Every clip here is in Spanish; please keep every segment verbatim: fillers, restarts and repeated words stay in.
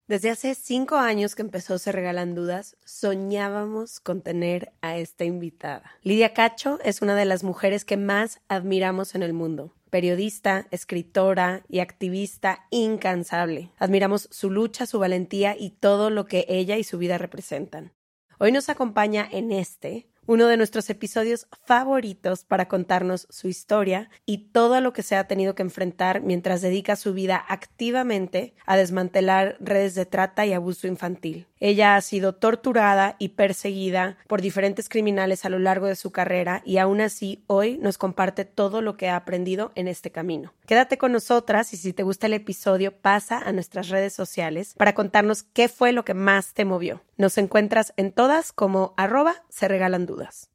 Desde hace cinco años que empezó Se Regalan Dudas, soñábamos con tener a esta invitada. Lidia Cacho es una de las mujeres que más admiramos en el mundo. Periodista, escritora y activista incansable. Admiramos su lucha, su valentía y todo lo que ella y su vida representan. Hoy nos acompaña en este, uno de nuestros episodios favoritos para contarnos su historia y todo lo que se ha tenido que enfrentar mientras dedica su vida activamente a desmantelar redes de trata y abuso infantil. Ella ha sido torturada y perseguida por diferentes criminales a lo largo de su carrera y aún así hoy nos comparte todo lo que ha aprendido en este camino. Quédate con nosotras y si te gusta el episodio pasa a nuestras redes sociales para contarnos qué fue lo que más te movió. Nos encuentras en todas como arroba Se Regalan Dudas.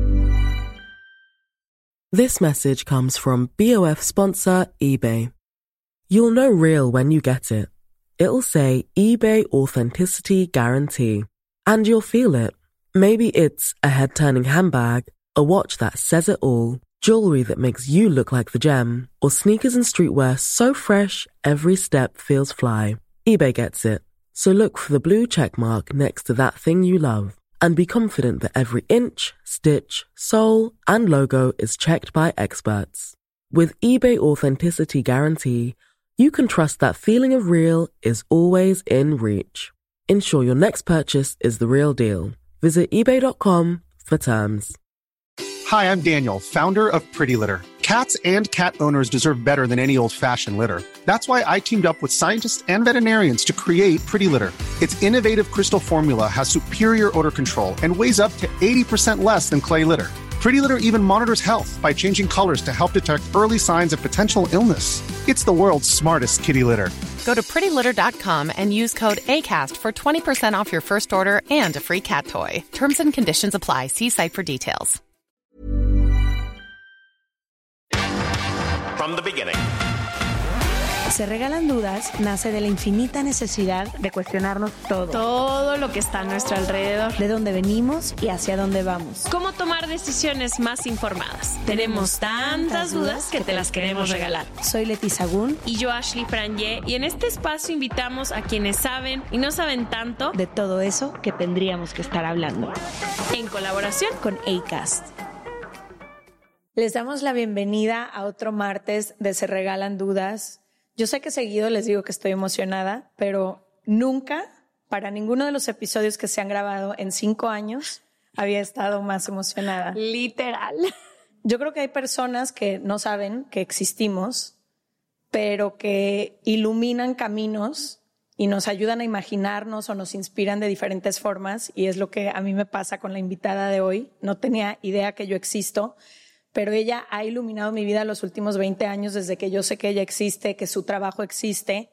This message comes from B O F sponsor eBay. You'll know real when you get it. It'll say eBay Authenticity Guarantee. And you'll feel it. Maybe it's a head-turning handbag, a watch that says it all, jewelry that makes you look like the gem, or sneakers and streetwear so fresh every step feels fly. eBay gets it. So look for the blue check mark next to that thing you love. And be confident that every inch, stitch, sole, and logo is checked by experts. With eBay Authenticity Guarantee, you can trust that feeling of real is always in reach. Ensure your next purchase is the real deal. Visit ebay dot com for terms. Hi, I'm Daniel, founder of Pretty Litter. Cats and cat owners deserve better than any old-fashioned litter. That's why I teamed up with scientists and veterinarians to create Pretty Litter. Its innovative crystal formula has superior odor control and weighs up to eighty percent less than clay litter. Pretty Litter even monitors health by changing colors to help detect early signs of potential illness. It's the world's smartest kitty litter. Go to pretty litter dot com and use code ACAST for twenty percent off your first order and a free cat toy. Terms and conditions apply. See site for details. From the beginning. Se Regalan Dudas nace de la infinita necesidad de cuestionarnos todo. Todo lo que está a nuestro alrededor. De dónde venimos y hacia dónde vamos. Cómo tomar decisiones más informadas. Tenemos tantas dudas que te las queremos regalar. Soy Leti Sagún. Y yo Ashley Franje. Y en este espacio invitamos a quienes saben y no saben tanto de todo eso que tendríamos que estar hablando. En colaboración con Acast. Les damos la bienvenida a otro martes de Se Regalan Dudas. Yo sé que seguido les digo que estoy emocionada, pero nunca, para ninguno de los episodios que se han grabado en cinco años, había estado más emocionada. Literal. Yo creo que hay personas que no saben que existimos, pero que iluminan caminos y nos ayudan a imaginarnos o nos inspiran de diferentes formas, y es lo que a mí me pasa con la invitada de hoy. No tenía idea que yo existo, pero ella ha iluminado mi vida los últimos veinte años desde que yo sé que ella existe, que su trabajo existe.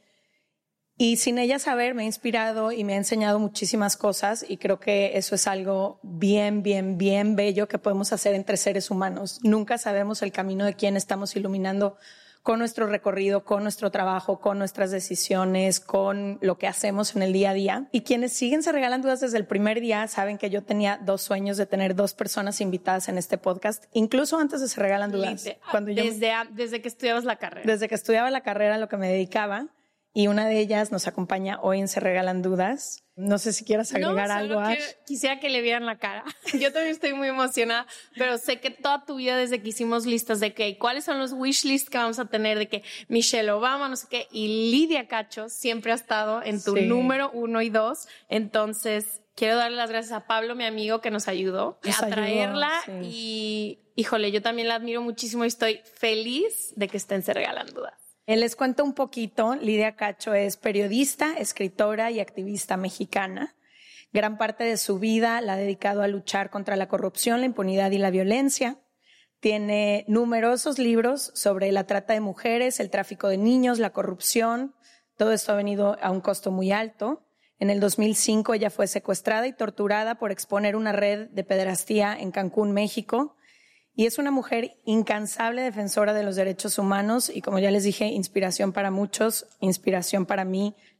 Y sin ella saber, me ha inspirado y me ha enseñado muchísimas cosas, y creo que eso es algo bien, bien, bien bello que podemos hacer entre seres humanos. Nunca sabemos el camino de quién estamos iluminando con nuestro recorrido, con nuestro trabajo, con nuestras decisiones, con lo que hacemos en el día a día. Y quienes siguen Se Regalan Dudas desde el primer día saben que yo tenía dos sueños de tener dos personas invitadas en este podcast, incluso antes de Se Regalan Dudas. Cuando yo, desde, desde que estudiabas la carrera. Desde que estudiaba la carrera, a lo que me dedicaba. Y una de ellas nos acompaña hoy en Se Regalan Dudas. No sé si quieras agregar no, algo, Ash. Quisiera que le vieran la cara. Yo también estoy muy emocionada, pero sé que toda tu vida, desde que hicimos listas de que cuáles son los wish lists que vamos a tener, de que Michelle Obama, no sé qué, y Lidia Cacho siempre ha estado en tu sí. número uno y dos. Entonces, quiero darle las gracias a Pablo, mi amigo, que nos ayudó nos a traerla. Ayudó, sí. Y, híjole, yo también la admiro muchísimo y estoy feliz de que estén Se Regalan Dudas. Les cuento un poquito. Lidia Cacho es periodista, escritora y activista mexicana. Gran parte de su vida la ha dedicado a luchar contra la corrupción, la impunidad y la violencia. Tiene numerosos libros sobre la trata de mujeres, el tráfico de niños, la corrupción. Todo esto ha venido a un costo muy alto. En el dos mil cinco ella fue secuestrada y torturada por exponer una red de pederastía en Cancún, México. Y es una mujer incansable defensora de los derechos humanos y, como ya les dije, inspiración para muchos, inspiración para mí.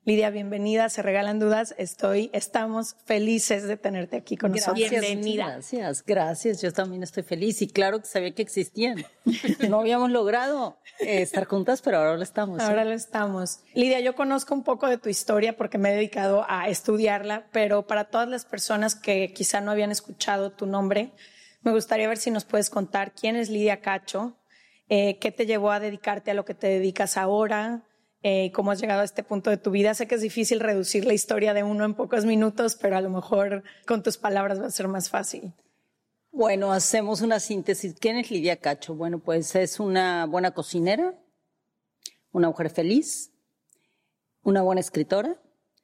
Lidia, bienvenida, Se Regalan Dudas. Estoy, estamos felices de tenerte aquí con nosotros. Gracias, Bienvenida. Gracias, gracias. Yo también estoy feliz y claro que sabía que existían. No habíamos logrado eh, estar juntas, pero ahora lo estamos. ¿eh? Ahora lo estamos. Lidia, yo conozco un poco de tu historia porque me he dedicado a estudiarla, pero para todas las personas que quizá no habían escuchado tu nombre, me gustaría ver si nos puedes contar quién es Lidia Cacho, eh, qué te llevó a dedicarte a lo que te dedicas ahora, Eh, cómo has llegado a este punto de tu vida. Sé que es difícil reducir la historia de uno en pocos minutos, pero a lo mejor con tus palabras va a ser más fácil. Bueno, hacemos una síntesis. ¿Quién es Lidia Cacho? Bueno, pues es una buena cocinera, una mujer feliz, una buena escritora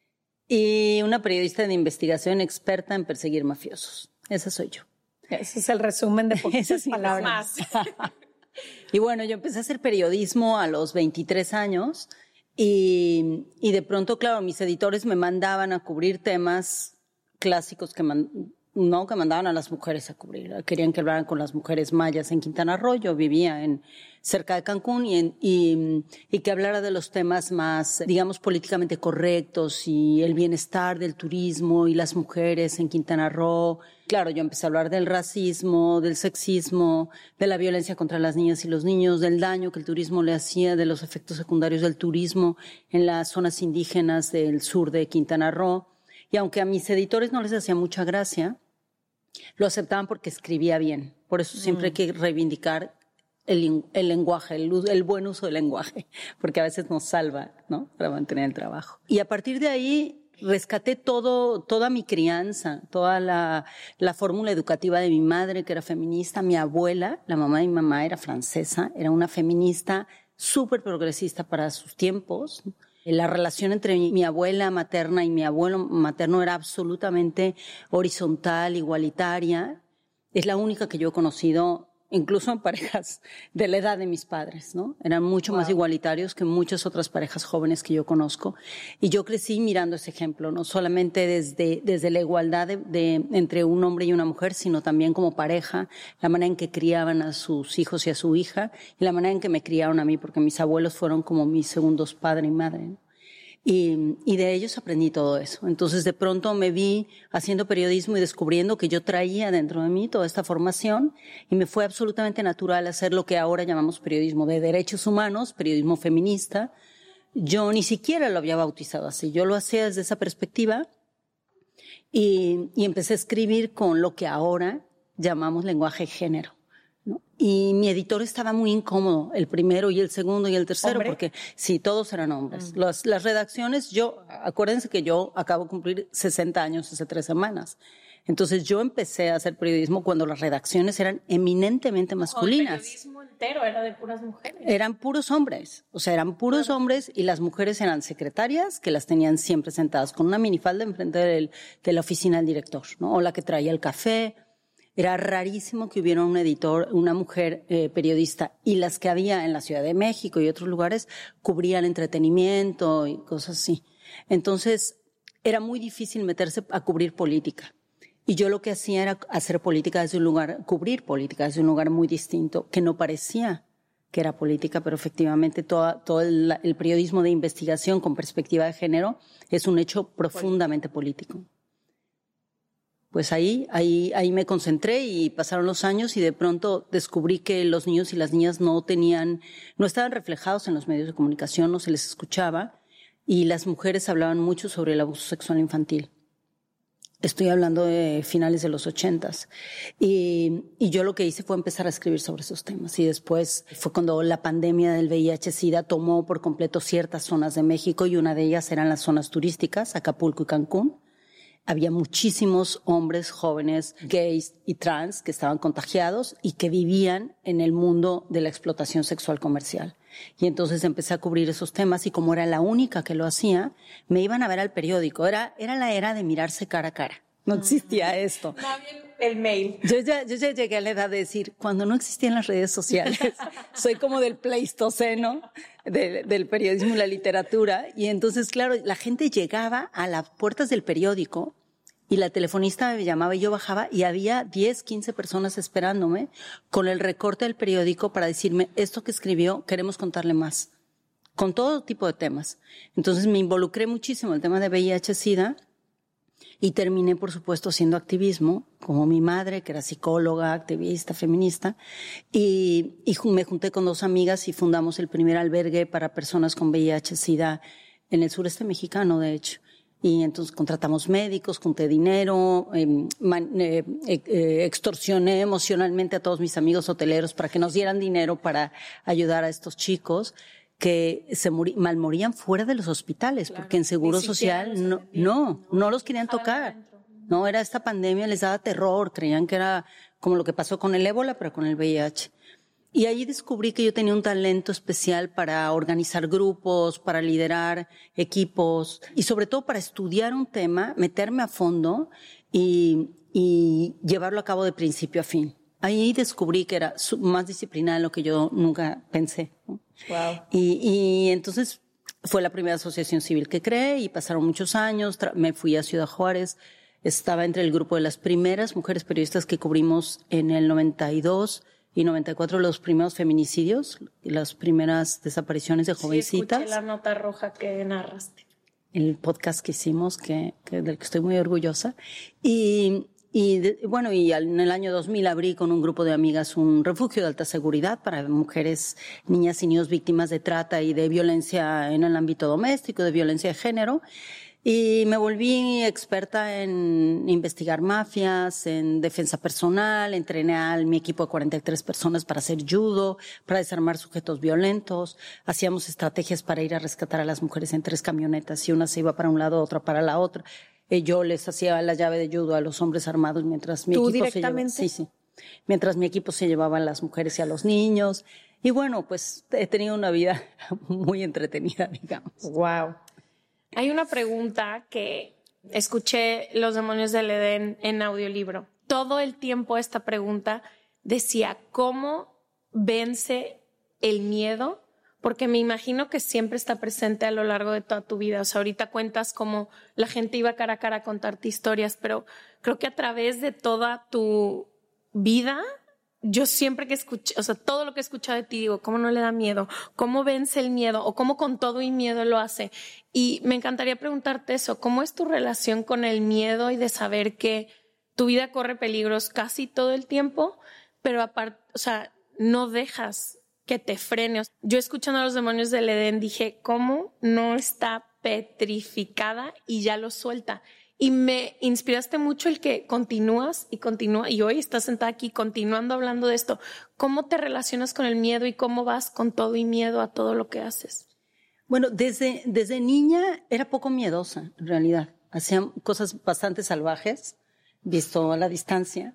y una periodista de investigación experta en perseguir mafiosos. Esa soy yo. Ese es el resumen de poquitas palabras. Y bueno, yo empecé a hacer periodismo a los veintitrés años. Y, y de pronto, claro, mis editores me mandaban a cubrir temas clásicos que, man, no, que mandaban a las mujeres a cubrir. Querían que hablaran con las mujeres mayas en Quintana Roo. Yo vivía en, cerca de Cancún y, en, y, y que hablara de los temas más, digamos, políticamente correctos y el bienestar del turismo y las mujeres en Quintana Roo. Claro, yo empecé a hablar del racismo, del sexismo, de la violencia contra las niñas y los niños, del daño que el turismo le hacía, de los efectos secundarios del turismo en las zonas indígenas del sur de Quintana Roo. Y aunque a mis editores no les hacía mucha gracia, lo aceptaban porque escribía bien. Por eso siempre hay que reivindicar el, el lenguaje, el, el buen uso del lenguaje, porque a veces nos salva, ¿no?, para mantener el trabajo. Y a partir de ahí rescaté todo, toda mi crianza, toda la, la fórmula educativa de mi madre, que era feminista. Mi abuela, la mamá de mi mamá, era francesa, era una feminista súper progresista para sus tiempos. La relación entre mi, mi abuela materna y mi abuelo materno era absolutamente horizontal, igualitaria. Es la única que yo he conocido, incluso en parejas de la edad de mis padres, ¿no? Eran mucho wow. más igualitarios que muchas otras parejas jóvenes que yo conozco. Y yo crecí mirando ese ejemplo, no solamente desde, desde la igualdad de, de, entre un hombre y una mujer, sino también como pareja, la manera en que criaban a sus hijos y a su hija, y la manera en que me criaron a mí, porque mis abuelos fueron como mis segundos padre y madre, ¿no? Y, y de ellos aprendí todo eso. Entonces, de pronto me vi haciendo periodismo y descubriendo que yo traía dentro de mí toda esta formación y me fue absolutamente natural hacer lo que ahora llamamos periodismo de derechos humanos, periodismo feminista. Yo ni siquiera lo había bautizado así. Yo lo hacía desde esa perspectiva y, y empecé a escribir con lo que ahora llamamos lenguaje género, ¿no? Y mi editor estaba muy incómodo, el primero y el segundo y el tercero, ¿hombre? Porque sí, todos eran hombres. Mm. Las, las redacciones, yo, acuérdense que yo acabo de cumplir sesenta años hace tres semanas. Entonces yo empecé a hacer periodismo cuando las redacciones eran eminentemente masculinas. El periodismo entero era de puras mujeres. Eran puros hombres, o sea, eran puros claro. hombres y las mujeres eran secretarias que las tenían siempre sentadas con una minifalda enfrente del, de la oficina del director, ¿no? O la que traía el café. Era rarísimo que hubiera un editor, una mujer eh, periodista, y las que había en la Ciudad de México y otros lugares cubrían entretenimiento y cosas así. Entonces, era muy difícil meterse a cubrir política. Y yo lo que hacía era hacer política desde un lugar, cubrir política desde un lugar muy distinto, que no parecía que era política, pero efectivamente toda, todo el, el periodismo de investigación con perspectiva de género es un hecho profundamente político. Pues ahí, ahí, ahí me concentré y pasaron los años y de pronto descubrí que los niños y las niñas no tenían, no estaban reflejados en los medios de comunicación, no se les escuchaba y las mujeres hablaban mucho sobre el abuso sexual infantil. Estoy hablando de finales de los ochentas. Y, y yo lo que hice fue empezar a escribir sobre esos temas. Y después fue cuando la pandemia del V I H SIDA tomó por completo ciertas zonas de México y una de ellas eran las zonas turísticas, Acapulco y Cancún. Había muchísimos hombres jóvenes, gays y trans que estaban contagiados y que vivían en el mundo de la explotación sexual comercial. Y entonces empecé a cubrir esos temas y como era la única que lo hacía, me iban a ver al periódico. Era, era la era de mirarse cara a cara. No existía esto. No había el mail. Yo ya, yo ya llegué a la edad de decir, cuando no existían las redes sociales, soy como del pleistoceno, de, del periodismo y la literatura. Y entonces, claro, la gente llegaba a las puertas del periódico y la telefonista me llamaba y yo bajaba y había diez, quince personas esperándome con el recorte del periódico para decirme, esto que escribió, queremos contarle más. con todo tipo de temas. Entonces me involucré muchísimo en el tema de V I H SIDA y terminé, por supuesto, haciendo activismo, como mi madre, que era psicóloga, activista, feminista, y, y me junté con dos amigas y fundamos el primer albergue para personas con V I H SIDA en el sureste mexicano, de hecho. Y entonces contratamos médicos, junté dinero, eh, man, eh, eh, extorsioné emocionalmente a todos mis amigos hoteleros para que nos dieran dinero para ayudar a estos chicos que se muri, malmorían fuera de los hospitales, claro, porque en Seguro Social no, no, no los querían tocar. No, era esta pandemia, les daba terror, creían que era como lo que pasó con el ébola, pero con el V I H. Y ahí descubrí que yo tenía un talento especial para organizar grupos, para liderar equipos y sobre todo para estudiar un tema, meterme a fondo y, y llevarlo a cabo de principio a fin. Ahí descubrí que era más disciplinada de lo que yo nunca pensé, ¿no? Wow. Y, y entonces fue la primera asociación civil que creé y pasaron muchos años, me fui a Ciudad Juárez, estaba entre el grupo de las primeras mujeres periodistas que cubrimos en el noventa y dos y noventa y cuatro los primeros feminicidios, las primeras desapariciones de jovencitas. Sí, escuché la nota roja que narraste. El podcast que hicimos, que, que del que estoy muy orgullosa. Y, y de, bueno, y en el año dos mil abrí con un grupo de amigas un refugio de alta seguridad para mujeres, niñas y niños víctimas de trata y de violencia en el ámbito doméstico, de violencia de género. Y me volví experta en investigar mafias, en defensa personal, entrené a mi equipo de cuarenta y tres personas para hacer judo, para desarmar sujetos violentos, hacíamos estrategias para ir a rescatar a las mujeres en tres camionetas, y una se iba para un lado, otra para la otra. Y yo les hacía la llave de judo a los hombres armados mientras mi ¿Tú equipo directamente? se llevaba, sí, sí, mientras mi equipo se llevaba a las mujeres y a los niños. Y bueno, pues he tenido una vida muy entretenida, digamos. Wow. Hay una pregunta que escuché Los demonios del Edén en audiolibro. Todo el tiempo esta pregunta decía, ¿cómo vence el miedo? Porque me imagino que siempre está presente a lo largo de toda tu vida. O sea, ahorita cuentas cómo la gente iba cara a cara a contarte historias, pero creo que a través de toda tu vida, yo siempre que escuché, o sea, todo lo que he escuchado de ti, digo, ¿cómo no le da miedo? ¿Cómo vence el miedo? ¿O cómo con todo y miedo lo hace? Y me encantaría preguntarte eso, ¿cómo es tu relación con el miedo y de saber que tu vida corre peligros casi todo el tiempo, pero aparte, o sea, no dejas que te frene? Yo escuchando a Los demonios del Edén dije, ¿cómo no está petrificada y ya lo suelta? Y me inspiraste mucho el que continúas y continúa, y hoy estás sentada aquí continuando hablando de esto. ¿Cómo te relacionas con el miedo y cómo vas con todo y miedo a todo lo que haces? Bueno, desde, desde niña era poco miedosa, en realidad. Hacía cosas bastante salvajes, visto a la distancia.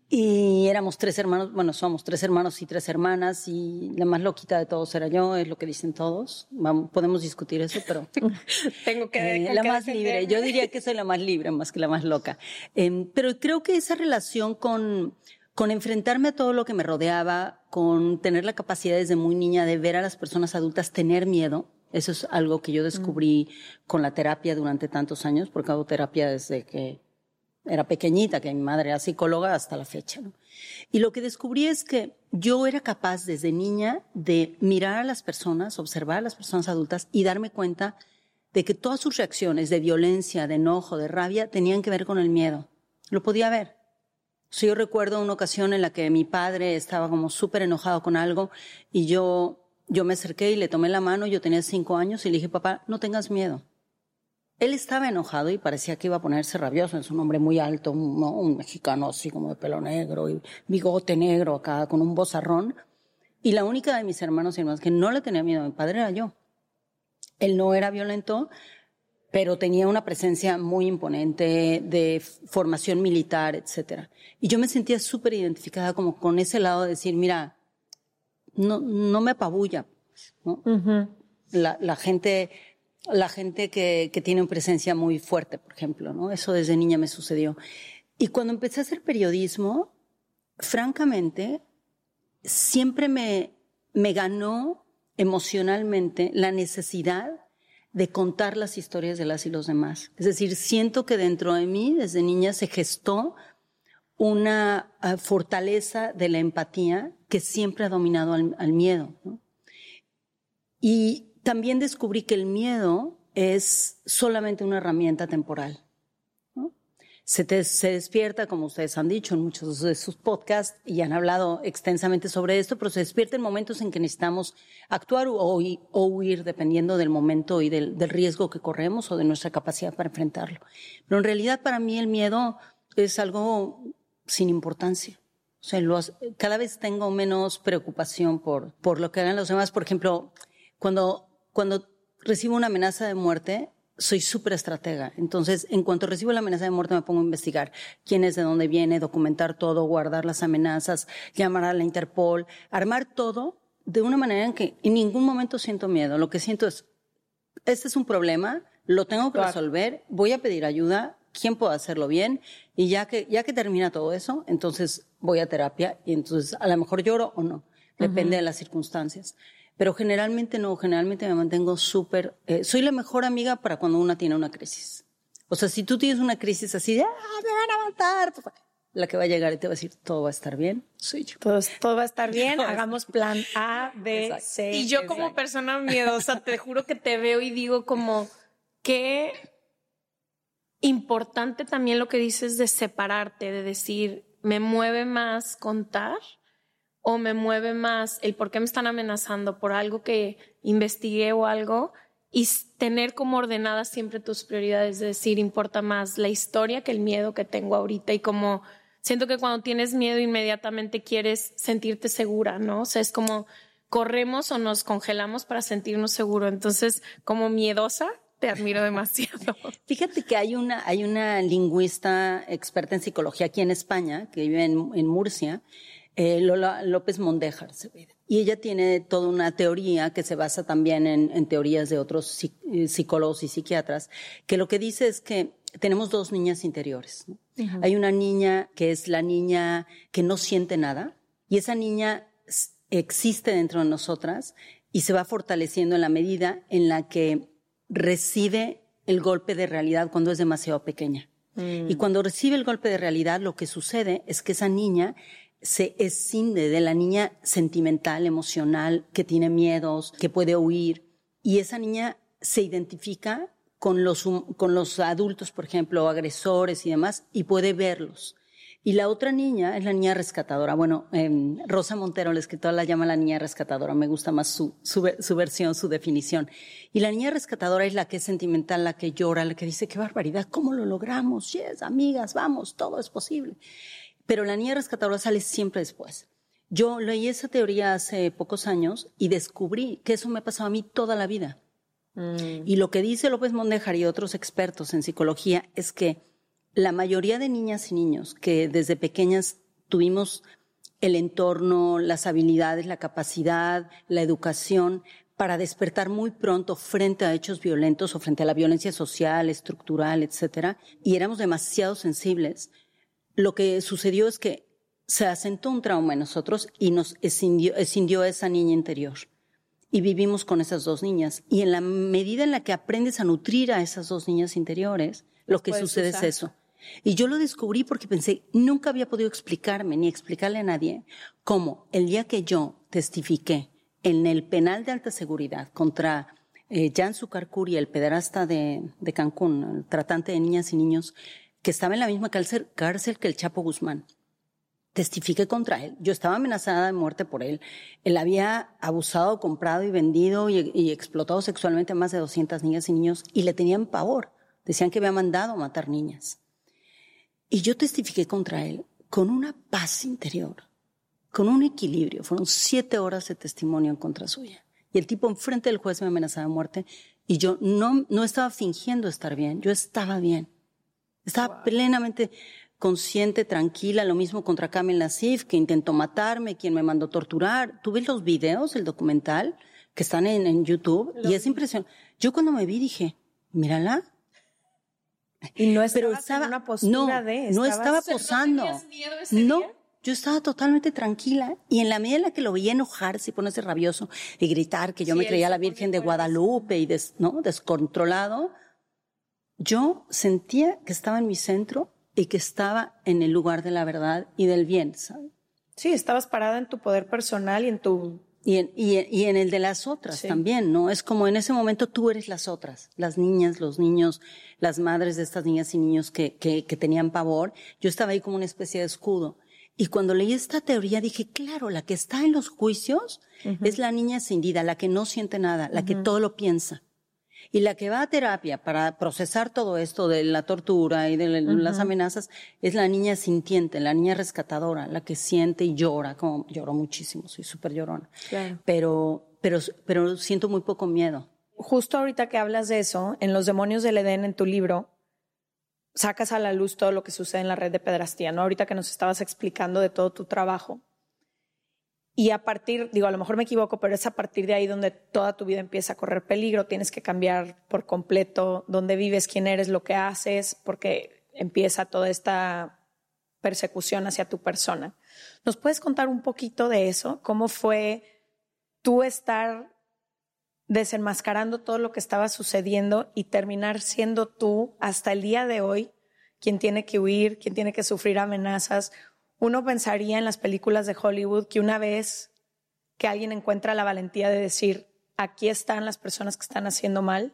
Y éramos tres hermanos, bueno, somos tres hermanos y tres hermanas, y la más loquita de todos era yo, es lo que dicen todos. Vamos, podemos discutir eso, pero tengo que eh, la más libre. Yo diría que soy la más libre más que la más loca. Eh, pero creo que esa relación con, con enfrentarme a todo lo que me rodeaba, con tener la capacidad desde muy niña de ver a las personas adultas tener miedo, eso es algo que yo descubrí mm. con la terapia durante tantos años, porque hago terapia desde que era pequeñita, que mi madre era psicóloga hasta la fecha, ¿no? Y lo que descubrí es que yo era capaz desde niña de mirar a las personas, observar a las personas adultas y darme cuenta de que todas sus reacciones de violencia, de enojo, de rabia, tenían que ver con el miedo. Lo podía ver. O sea, yo recuerdo una ocasión en la que mi padre estaba como súper enojado con algo y yo, yo me acerqué y le tomé la mano, yo tenía cinco años y le dije, papá, no tengas miedo. Él estaba enojado y parecía que iba a ponerse rabioso. Es un hombre muy alto, un, un mexicano así como de pelo negro y bigote negro acá, con un vozarrón. Y la única de mis hermanos y hermanas que no le tenía miedo a mi padre era yo. Él no era violento, pero tenía una presencia muy imponente de formación militar, etcétera. Y yo me sentía súper identificada como con ese lado de decir, mira, no, no me apabulla, ¿no? Uh-huh. La, la gente... La gente que, que tiene una presencia muy fuerte, por ejemplo, ¿no? Eso desde niña me sucedió. Y cuando empecé a hacer periodismo, francamente, siempre me, me ganó emocionalmente la necesidad de contar las historias de las y los demás. Es decir, siento que dentro de mí, desde niña, se gestó una uh, fortaleza de la empatía que siempre ha dominado al, al miedo, ¿no? Y también descubrí que el miedo es solamente una herramienta temporal. Se, te, se despierta, como ustedes han dicho en muchos de sus podcasts y han hablado extensamente sobre esto, pero se despierta en momentos en que necesitamos actuar o, o huir, dependiendo del momento y del, del riesgo que corremos o de nuestra capacidad para enfrentarlo. Pero en realidad para mí el miedo es algo sin importancia. O sea, los, cada vez tengo menos preocupación por, por lo que hagan los demás. Por ejemplo, cuando, cuando recibo una amenaza de muerte, soy súper estratega. Entonces, en cuanto recibo la amenaza de muerte, me pongo a investigar quién es, de dónde viene, documentar todo, guardar las amenazas, llamar a la Interpol, armar todo de una manera en que en ningún momento siento miedo. Lo que siento es, este es un problema, lo tengo que claro. resolver, voy a pedir ayuda, quién puede hacerlo bien, y ya que, ya que termina todo eso, entonces voy a terapia, y entonces a lo mejor lloro o no, depende uh-huh. de las circunstancias. Pero generalmente no, generalmente me mantengo súper... Eh, soy la mejor amiga para cuando una tiene una crisis. O sea, si tú tienes una crisis así de, ¡ah, me van a matar! La que va a llegar y te va a decir, todo va a estar bien, soy yo. Todo, todo va a estar bien, hagamos plan A, B, exacto. C. Y yo como exacto. persona miedosa, te juro que te veo y digo como, qué importante también lo que dices de separarte, de decir, me mueve más contar... o me mueve más el por qué me están amenazando por algo que investigué o algo, y tener como ordenadas siempre tus prioridades, es decir, importa más la historia que el miedo que tengo ahorita. Y como siento que cuando tienes miedo inmediatamente quieres sentirte segura, ¿no? O sea, es como corremos o nos congelamos para sentirnos seguros. Entonces, como miedosa, te admiro demasiado. Fíjate que hay una, hay una lingüista experta en psicología aquí en España, que vive en, en Murcia, Eh, Lola López Mondéjar, y ella tiene toda una teoría que se basa también en, en teorías de otros psicólogos y psiquiatras, que lo que dice es que tenemos dos niñas interiores, ¿no? Uh-huh. Hay una niña que es la niña que no siente nada, y esa niña existe dentro de nosotras y se va fortaleciendo en la medida en la que recibe el golpe de realidad cuando es demasiado pequeña. Mm. Y cuando recibe el golpe de realidad, lo que sucede es que esa niña se escinde de la niña sentimental, emocional, que tiene miedos, que puede huir. Y esa niña se identifica con los, con los adultos, por ejemplo, agresores y demás, y puede verlos. Y la otra niña es la niña rescatadora. Bueno, eh, Rosa Montero, la escritora, la llama la niña rescatadora. Me gusta más su, su, su versión, su definición. Y la niña rescatadora es la que es sentimental, la que llora, la que dice, qué barbaridad, ¿cómo lo logramos? Yes, amigas, vamos, todo es posible. Pero la niña rescatadora sale siempre después. Yo leí esa teoría hace pocos años y descubrí que eso me ha pasado a mí toda la vida. Mm. Y lo que dice López Mondéjar y otros expertos en psicología es que la mayoría de niñas y niños que desde pequeñas tuvimos el entorno, las habilidades, la capacidad, la educación para despertar muy pronto frente a hechos violentos o frente a la violencia social, estructural, etcétera, y éramos demasiado sensibles, lo que sucedió es que se asentó un trauma en nosotros y nos escindió, escindió esa niña interior. Y vivimos con esas dos niñas. Y en la medida en la que aprendes a nutrir a esas dos niñas interiores, lo que sucede usar. es eso. Y yo lo descubrí porque pensé, nunca había podido explicarme ni explicarle a nadie cómo el día que yo testifiqué en el penal de alta seguridad contra eh, Jan Sucarcuri, el pederasta de, de Cancún, el tratante de niñas y niños, que estaba en la misma cárcel, cárcel que el Chapo Guzmán. Testifiqué contra él. Yo estaba amenazada de muerte por él. Él había abusado, comprado y vendido y, y explotado sexualmente a más de doscientas niñas y niños y le tenían pavor. Decían que había mandado a matar niñas. Y yo testifiqué contra él con una paz interior, con un equilibrio. Fueron siete horas de testimonio en contra suya. Y el tipo enfrente del juez me amenazaba de muerte y yo no, no estaba fingiendo estar bien. Yo estaba bien. Estaba wow. plenamente consciente, tranquila. Lo mismo contra Kamel Nassif, que intentó matarme, quien me mandó torturar. Tú ves los videos, el documental, que están en, en YouTube, lo y es impresionante. Yo cuando me vi dije, mírala. Y no estaba, Pero estaba en una postura no, de... No estaba posando. ¿No tenías miedo ese No, día? yo estaba totalmente tranquila. Y en la medida en la que lo veía enojarse y ponerse rabioso y gritar que yo sí, me creía la se Virgen de pone Guadalupe y des, ¿no? descontrolado, yo sentía que estaba en mi centro y que estaba en el lugar de la verdad y del bien, ¿sabes? Sí, estabas parada en tu poder personal y en tu Y en, y, y en el de las otras sí. también, ¿no? Es como en ese momento tú eres las otras, las niñas, los niños, las madres de estas niñas y niños que, que, que tenían pavor. Yo estaba ahí como una especie de escudo. Y cuando leí esta teoría dije, claro, la que está en los juicios uh-huh. es la niña escindida, la que no siente nada, la uh-huh. que todo lo piensa. Y la que va a terapia para procesar todo esto de la tortura y de la, uh-huh. las amenazas es la niña sintiente, la niña rescatadora, la que siente y llora, como lloro muchísimo, soy súper llorona. Claro. Pero, pero, pero siento muy poco miedo. Justo ahorita que hablas de eso, en Los demonios del Edén, en tu libro, sacas a la luz todo lo que sucede en la red de pedrastía, ¿no? Ahorita que nos estabas explicando de todo tu trabajo. Y a partir, digo, a lo mejor me equivoco, pero es a partir de ahí donde toda tu vida empieza a correr peligro, tienes que cambiar por completo dónde vives, quién eres, lo que haces, porque empieza toda esta persecución hacia tu persona. ¿Nos puedes contar un poquito de eso? ¿Cómo fue tú estar desenmascarando todo lo que estaba sucediendo y terminar siendo tú hasta el día de hoy quien tiene que huir, quien tiene que sufrir amenazas? Uno pensaría en las películas de Hollywood que una vez que alguien encuentra la valentía de decir, aquí están las personas que están haciendo mal,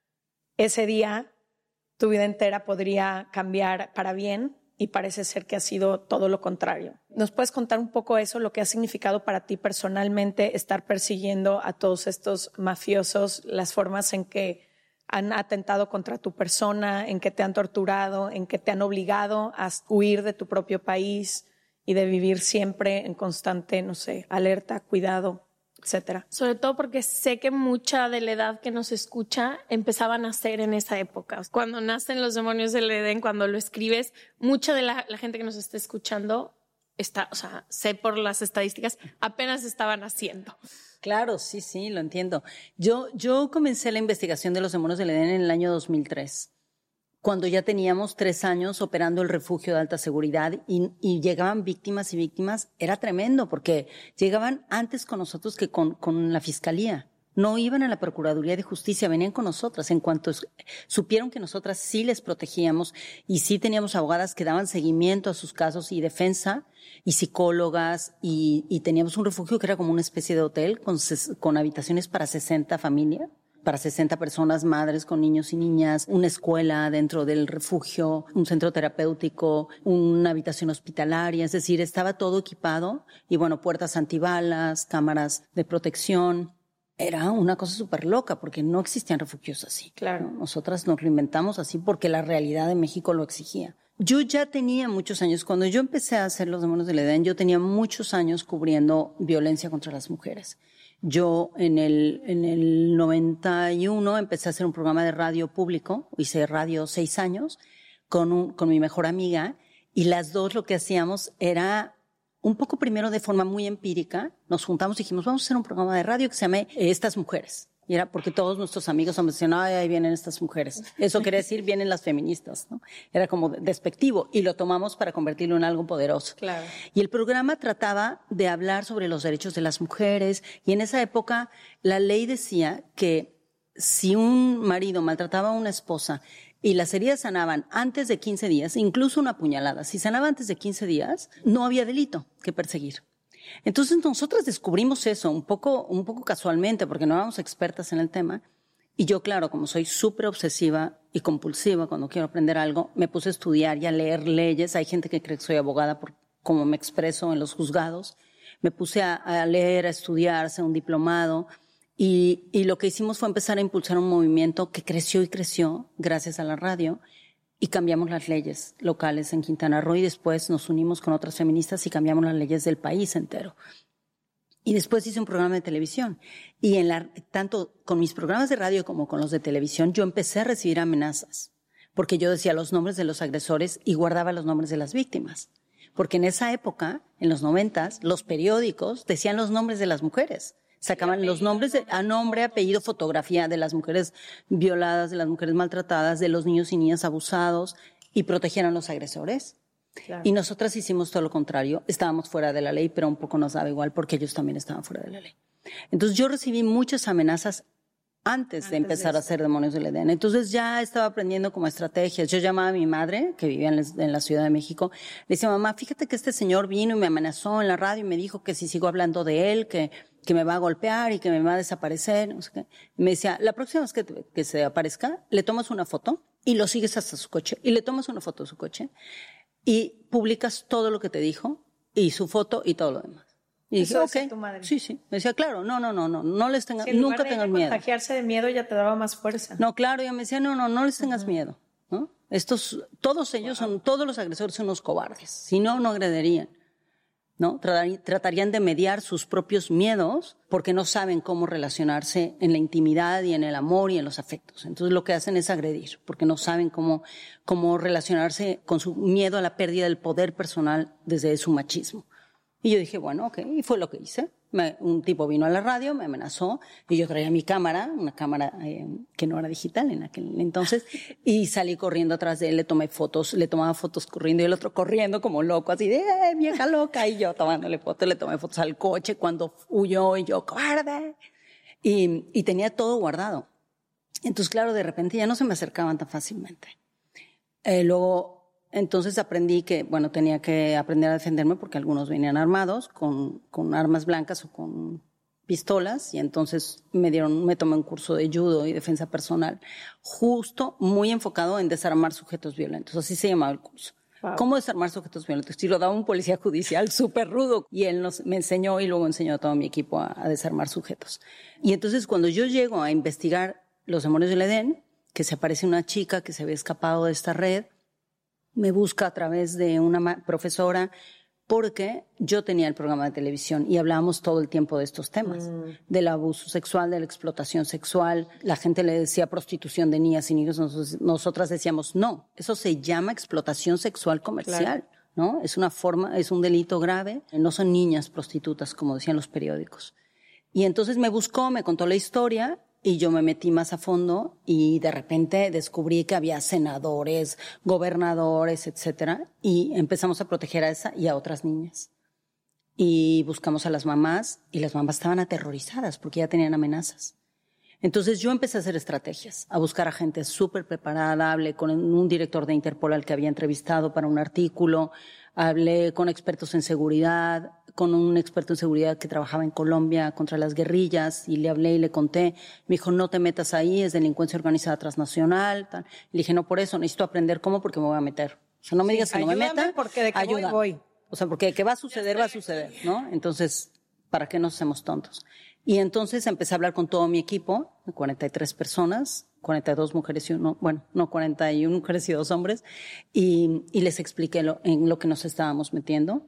ese día tu vida entera podría cambiar para bien y parece ser que ha sido todo lo contrario. ¿Nos puedes contar un poco eso, lo que ha significado para ti personalmente estar persiguiendo a todos estos mafiosos, las formas en que han atentado contra tu persona, en que te han torturado, en que te han obligado a huir de tu propio país y de vivir siempre en constante, no sé, alerta, cuidado, etcétera? Sobre todo porque sé que mucha de la edad que nos escucha empezaba a nacer en esa época. Cuando nacen Los demonios del Edén, cuando lo escribes, mucha de la, la gente que nos está escuchando está, o sea, sé por las estadísticas, apenas estaban naciendo. Claro, sí, sí, lo entiendo. Yo, yo comencé la investigación de Los demonios del Edén en el año dos mil tres, cuando ya teníamos tres años operando el refugio de alta seguridad y, y llegaban víctimas y víctimas. Era tremendo porque llegaban antes con nosotros que con, con la fiscalía. No iban a la Procuraduría de Justicia, venían con nosotras. En cuanto supieron que nosotras sí les protegíamos y sí teníamos abogadas que daban seguimiento a sus casos y defensa y psicólogas y, y teníamos un refugio que era como una especie de hotel con, con habitaciones para sesenta familias, para sesenta personas, madres con niños y niñas, una escuela dentro del refugio, un centro terapéutico, una habitación hospitalaria, es decir, estaba todo equipado y bueno, puertas antibalas, cámaras de protección. Era una cosa súper loca porque no existían refugios así. Claro. Nosotras nos lo inventamos así porque la realidad de México lo exigía. Yo ya tenía muchos años, cuando yo empecé a hacer Los demonios del Edén, yo tenía muchos años cubriendo violencia contra las mujeres. Yo en el, en el noventa y uno empecé a hacer un programa de radio público, hice radio seis años con, un, con mi mejor amiga y las dos lo que hacíamos era un poco primero de forma muy empírica, nos juntamos y dijimos, vamos a hacer un programa de radio que se llame Estas Mujeres. Y era porque todos nuestros amigos me decían, ay, ahí vienen estas mujeres. Eso quería decir, vienen las feministas, ¿no? Era como despectivo y lo tomamos para convertirlo en algo poderoso. Claro. Y el programa trataba de hablar sobre los derechos de las mujeres y en esa época la ley decía que si un marido maltrataba a una esposa y las heridas sanaban antes de quince días, incluso una puñalada, si sanaba antes de quince días, no había delito que perseguir. Entonces nosotras descubrimos eso un poco, un poco casualmente porque no éramos expertas en el tema y yo, claro, como soy súper obsesiva y compulsiva cuando quiero aprender algo, me puse a estudiar y a leer leyes. Hay gente que cree que soy abogada por cómo me expreso en los juzgados. Me puse a, a leer, a estudiar, a hacer un diplomado y, y lo que hicimos fue empezar a impulsar un movimiento que creció y creció gracias a la radio. Y cambiamos las leyes locales en Quintana Roo y después nos unimos con otras feministas y cambiamos las leyes del país entero. Y después hice un programa de televisión. Y en la, tanto con mis programas de radio como con los de televisión, yo empecé a recibir amenazas. Porque yo decía los nombres de los agresores y guardaba los nombres de las víctimas. Porque en esa época, en los noventas, los periódicos decían los nombres de las mujeres. Sacaban los nombres de, a nombre, apellido, fotografía de las mujeres violadas, de las mujeres maltratadas, de los niños y niñas abusados y protegían a los agresores. Claro. Y nosotras hicimos todo lo contrario. Estábamos fuera de la ley, pero un poco nos daba igual porque ellos también estaban fuera de la ley. Entonces yo recibí muchas amenazas antes, antes de empezar de a hacer Demonios del Edén. Entonces ya estaba aprendiendo como estrategias. Yo llamaba a mi madre, que vivía en, en la Ciudad de México, le decía, mamá, fíjate que este señor vino y me amenazó en la radio y me dijo que si sigo hablando de él, que que me va a golpear y que me va a desaparecer. No sé qué. Me decía, la próxima vez que, te, que se aparezca, le tomas una foto y lo sigues hasta su coche y le tomas una foto de su coche y publicas todo lo que te dijo y su foto y todo lo demás. Y dije, Eso ok, tu madre. sí, sí. Me decía, claro, no, no, no, no, no les tengas, Sí, en nunca lugar de tengas ella miedo. Contagiarse de miedo ya te daba más fuerza. No, claro, ella me decía, no, no, no les tengas uh-huh. miedo, ¿no? Estos, todos ellos wow. son, todos los agresores son unos cobardes. Si no, no agrederían, ¿no? Tratarían de mediar sus propios miedos porque no saben cómo relacionarse en la intimidad y en el amor y en los afectos. Entonces lo que hacen es agredir porque no saben cómo, cómo relacionarse con su miedo a la pérdida del poder personal desde su machismo. Y yo dije, bueno, ok, y fue lo que hice. Me, un tipo vino a la radio, me amenazó, y yo traía mi cámara, una cámara eh, que no era digital en aquel entonces, y salí corriendo atrás de él, le tomé fotos, le tomaba fotos corriendo, y el otro corriendo como loco, así de, eh, vieja loca, y yo tomándole fotos, le tomé fotos al coche cuando huyó, y yo, cobarde. Y, y tenía todo guardado. Entonces, claro, de repente ya no se me acercaban tan fácilmente. Eh, luego... Entonces aprendí que, bueno, tenía que aprender a defenderme porque algunos venían armados con, con armas blancas o con pistolas y entonces me dieron, me tomé un curso de judo y defensa personal, justo muy enfocado en desarmar sujetos violentos, así se llamaba el curso. Wow. ¿Cómo desarmar sujetos violentos? Y lo daba un policía judicial súper rudo y él nos, me enseñó y luego enseñó a todo mi equipo a, a desarmar sujetos. Y entonces cuando yo llego a investigar los demonios del Edén, que se aparece una chica que se había escapado de esta red, me busca a través de una profesora porque yo tenía el programa de televisión y hablábamos todo el tiempo de estos temas, mm. del abuso sexual, de la explotación sexual. La gente le decía prostitución de niñas y niños, nosotros, nosotras decíamos no, eso se llama explotación sexual comercial, claro. ¿no? Es una forma, es un delito grave, no son niñas prostitutas como decían los periódicos. Y entonces me buscó, me contó la historia. Y yo me metí más a fondo y de repente descubrí que había senadores, gobernadores, etcétera. Y empezamos a proteger a esa y a otras niñas. Y buscamos a las mamás y las mamás estaban aterrorizadas porque ya tenían amenazas. Entonces yo empecé a hacer estrategias, a buscar a gente súper preparada. Hablé con un director de Interpol al que había entrevistado para un artículo. Hablé con expertos en seguridad, con un experto en seguridad que trabajaba en Colombia contra las guerrillas y le hablé y le conté. Me dijo, no te metas ahí, es delincuencia organizada transnacional. Tal. Le dije, no, por eso, necesito aprender cómo porque me voy a meter. O sea, no me sí, digas que no me meta, porque de que ayuda. Voy, voy. O sea, porque de que va a suceder, va a suceder, ¿no? Entonces, ¿para qué nos hacemos tontos? Y entonces empecé a hablar con todo mi equipo, de cuarenta y tres personas, cuarenta y dos mujeres y uno, bueno, no, cuarenta y una mujeres y dos hombres, y, y les expliqué lo, en lo que nos estábamos metiendo.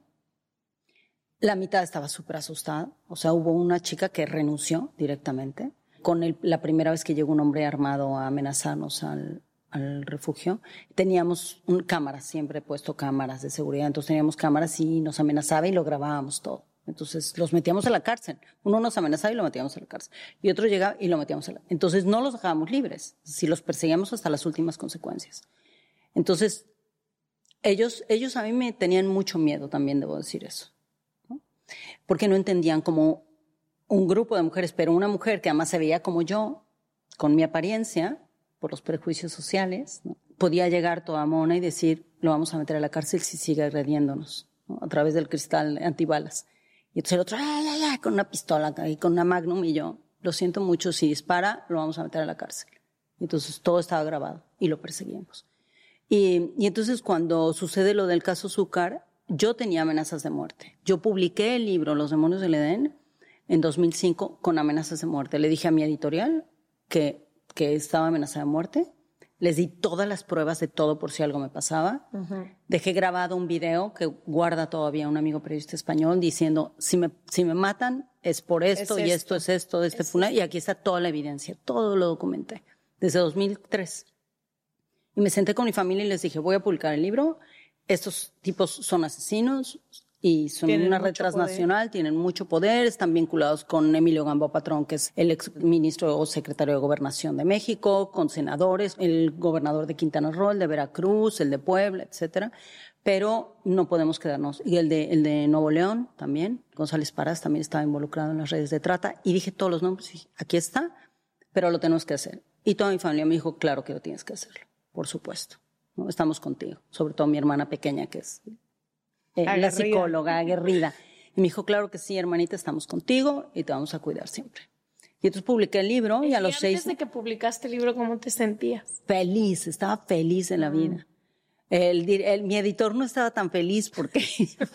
La mitad estaba súper asustada, o sea, hubo una chica que renunció directamente. Con el, la primera vez que llegó un hombre armado a amenazarnos al, al refugio, teníamos un, cámaras, siempre he puesto cámaras de seguridad, entonces teníamos cámaras y nos amenazaba y lo grabábamos todo. Entonces los metíamos a la cárcel. Uno nos amenazaba y lo metíamos a la cárcel. Y otro llegaba y lo metíamos a la... Entonces no los dejábamos libres, si los perseguíamos hasta las últimas consecuencias. Entonces, ellos, ellos a mí me tenían mucho miedo también, debo decir eso, ¿no? Porque no entendían cómo un grupo de mujeres, pero una mujer que además se veía como yo, con mi apariencia, por los prejuicios sociales, ¿no? Podía llegar toda mona y decir, lo vamos a meter a la cárcel si sigue agrediéndonos, ¿no? A través del cristal antibalas. Y entonces el otro, ay, ay, ay, con una pistola y con una Magnum, y yo, lo siento mucho, si dispara, lo vamos a meter a la cárcel. Y entonces todo estaba grabado y lo perseguíamos. Y, y entonces cuando sucede lo del caso Zúcar, yo tenía amenazas de muerte. Yo publiqué el libro Los demonios del Edén en dos mil cinco con amenazas de muerte. Le dije a mi editorial que, que estaba amenazada de muerte. Les di todas las pruebas de todo por si algo me pasaba. Uh-huh. Dejé grabado un video que guarda todavía un amigo periodista español diciendo, si me, si me matan es por esto es y esto, esto es esto, de este funeral. Y aquí está toda la evidencia, todo lo documenté, desde dos mil tres. Y me senté con mi familia y les dije, voy a publicar el libro. Estos tipos son asesinos y son una red transnacional, tienen mucho poder, están vinculados con Emilio Gamboa Patrón, que es el ex ministro o secretario de Gobernación de México, con senadores, el gobernador de Quintana Roo, el de Veracruz, el de Puebla, etcétera. Pero no podemos quedarnos. Y el de, el de Nuevo León también, González Parás también estaba involucrado en las redes de trata. Y dije todos los nombres, y aquí está, pero lo tenemos que hacer. Y toda mi familia me dijo, claro que lo tienes que hacerlo, por supuesto, ¿no? Estamos contigo, sobre todo mi hermana pequeña, que es... Eh, la psicóloga aguerrida. Y me dijo, claro que sí, hermanita, estamos contigo y te vamos a cuidar siempre. Y entonces publiqué el libro y, y a los antes seis... Antes de que publicaste el libro, ¿cómo te sentías? Feliz, estaba feliz en la vida. El, el, mi editor no estaba tan feliz porque,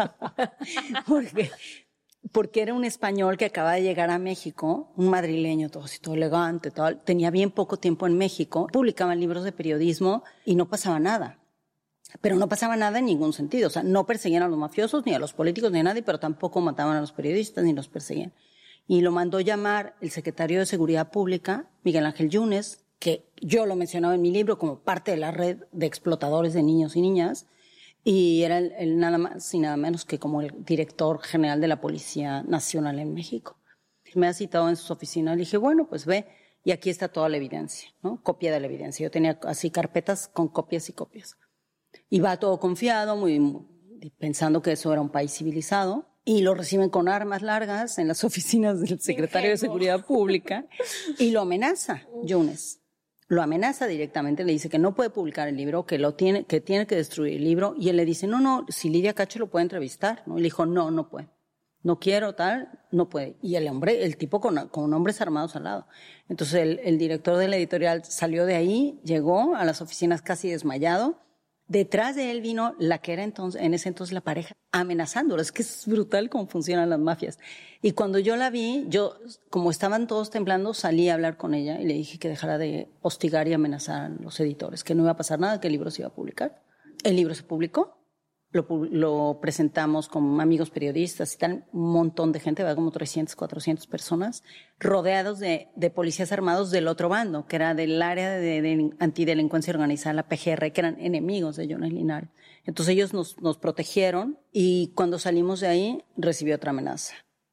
porque, porque era un español que acaba de llegar a México, un madrileño, todo así, todo elegante, todo, tenía bien poco tiempo en México, publicaban libros de periodismo y no pasaba nada. Pero no pasaba nada en ningún sentido. O sea, no perseguían a los mafiosos, ni a los políticos, ni a nadie, pero tampoco mataban a los periodistas, ni los perseguían. Y lo mandó llamar el secretario de Seguridad Pública, Miguel Ángel Yunes, que yo lo mencionaba en mi libro como parte de la red de explotadores de niños y niñas, y era el, el nada más y nada menos que como el director general de la Policía Nacional en México. Me ha citado en sus oficinas, le dije, bueno, pues ve, y aquí está toda la evidencia, ¿no? Copia de la evidencia. Yo tenía así carpetas con copias y copias. Iba todo confiado, muy, muy pensando que eso era un país civilizado, y lo reciben con armas largas en las oficinas del secretario de Seguridad Pública, y lo amenaza Yunes. Lo amenaza directamente, le dice que no puede publicar el libro, que lo tiene, que tiene que destruir el libro, y él le dice, no, no, si Lidia Cacho lo puede entrevistar, ¿no? Y le dijo, no, no puede. No quiero, tal, no puede. Y el hombre, el tipo con, con hombres armados al lado. Entonces el, el director de la editorial salió de ahí, llegó a las oficinas casi desmayado. Detrás de él vino la que era entonces, en ese entonces la pareja, amenazándolo. Es que es brutal cómo funcionan las mafias. Y cuando yo la vi, yo, como estaban todos temblando, salí a hablar con ella y le dije que dejara de hostigar y amenazar a los editores, que no iba a pasar nada, que el libro se iba a publicar. El libro se publicó, lo, lo presentamos con amigos periodistas y tal, un montón de gente, como trescientas, cuatrocientas personas, rodeados de, de policías armados del otro bando, que era del área de, de antidelincuencia organizada, la P G R, que eran enemigos de Jones Linares. Entonces ellos nos, nos protegieron y cuando salimos de ahí recibí otra amenaza.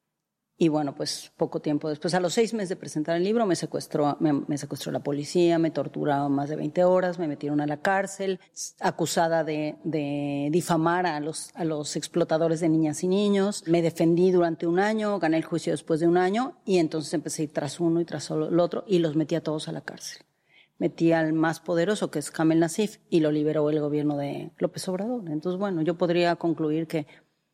Y bueno, pues poco tiempo después, a los seis meses de presentar el libro, me secuestró, me, me secuestró la policía, me torturaron más de veinte horas, me metieron a la cárcel, acusada de, de difamar a los, a los explotadores de niñas y niños. Me defendí durante un año, gané el juicio después de un año y entonces empecé a ir tras uno y tras el otro y los metí a todos a la cárcel. Metí al más poderoso, que es Kamel Nacif, y lo liberó el gobierno de López Obrador. Entonces, bueno, yo podría concluir que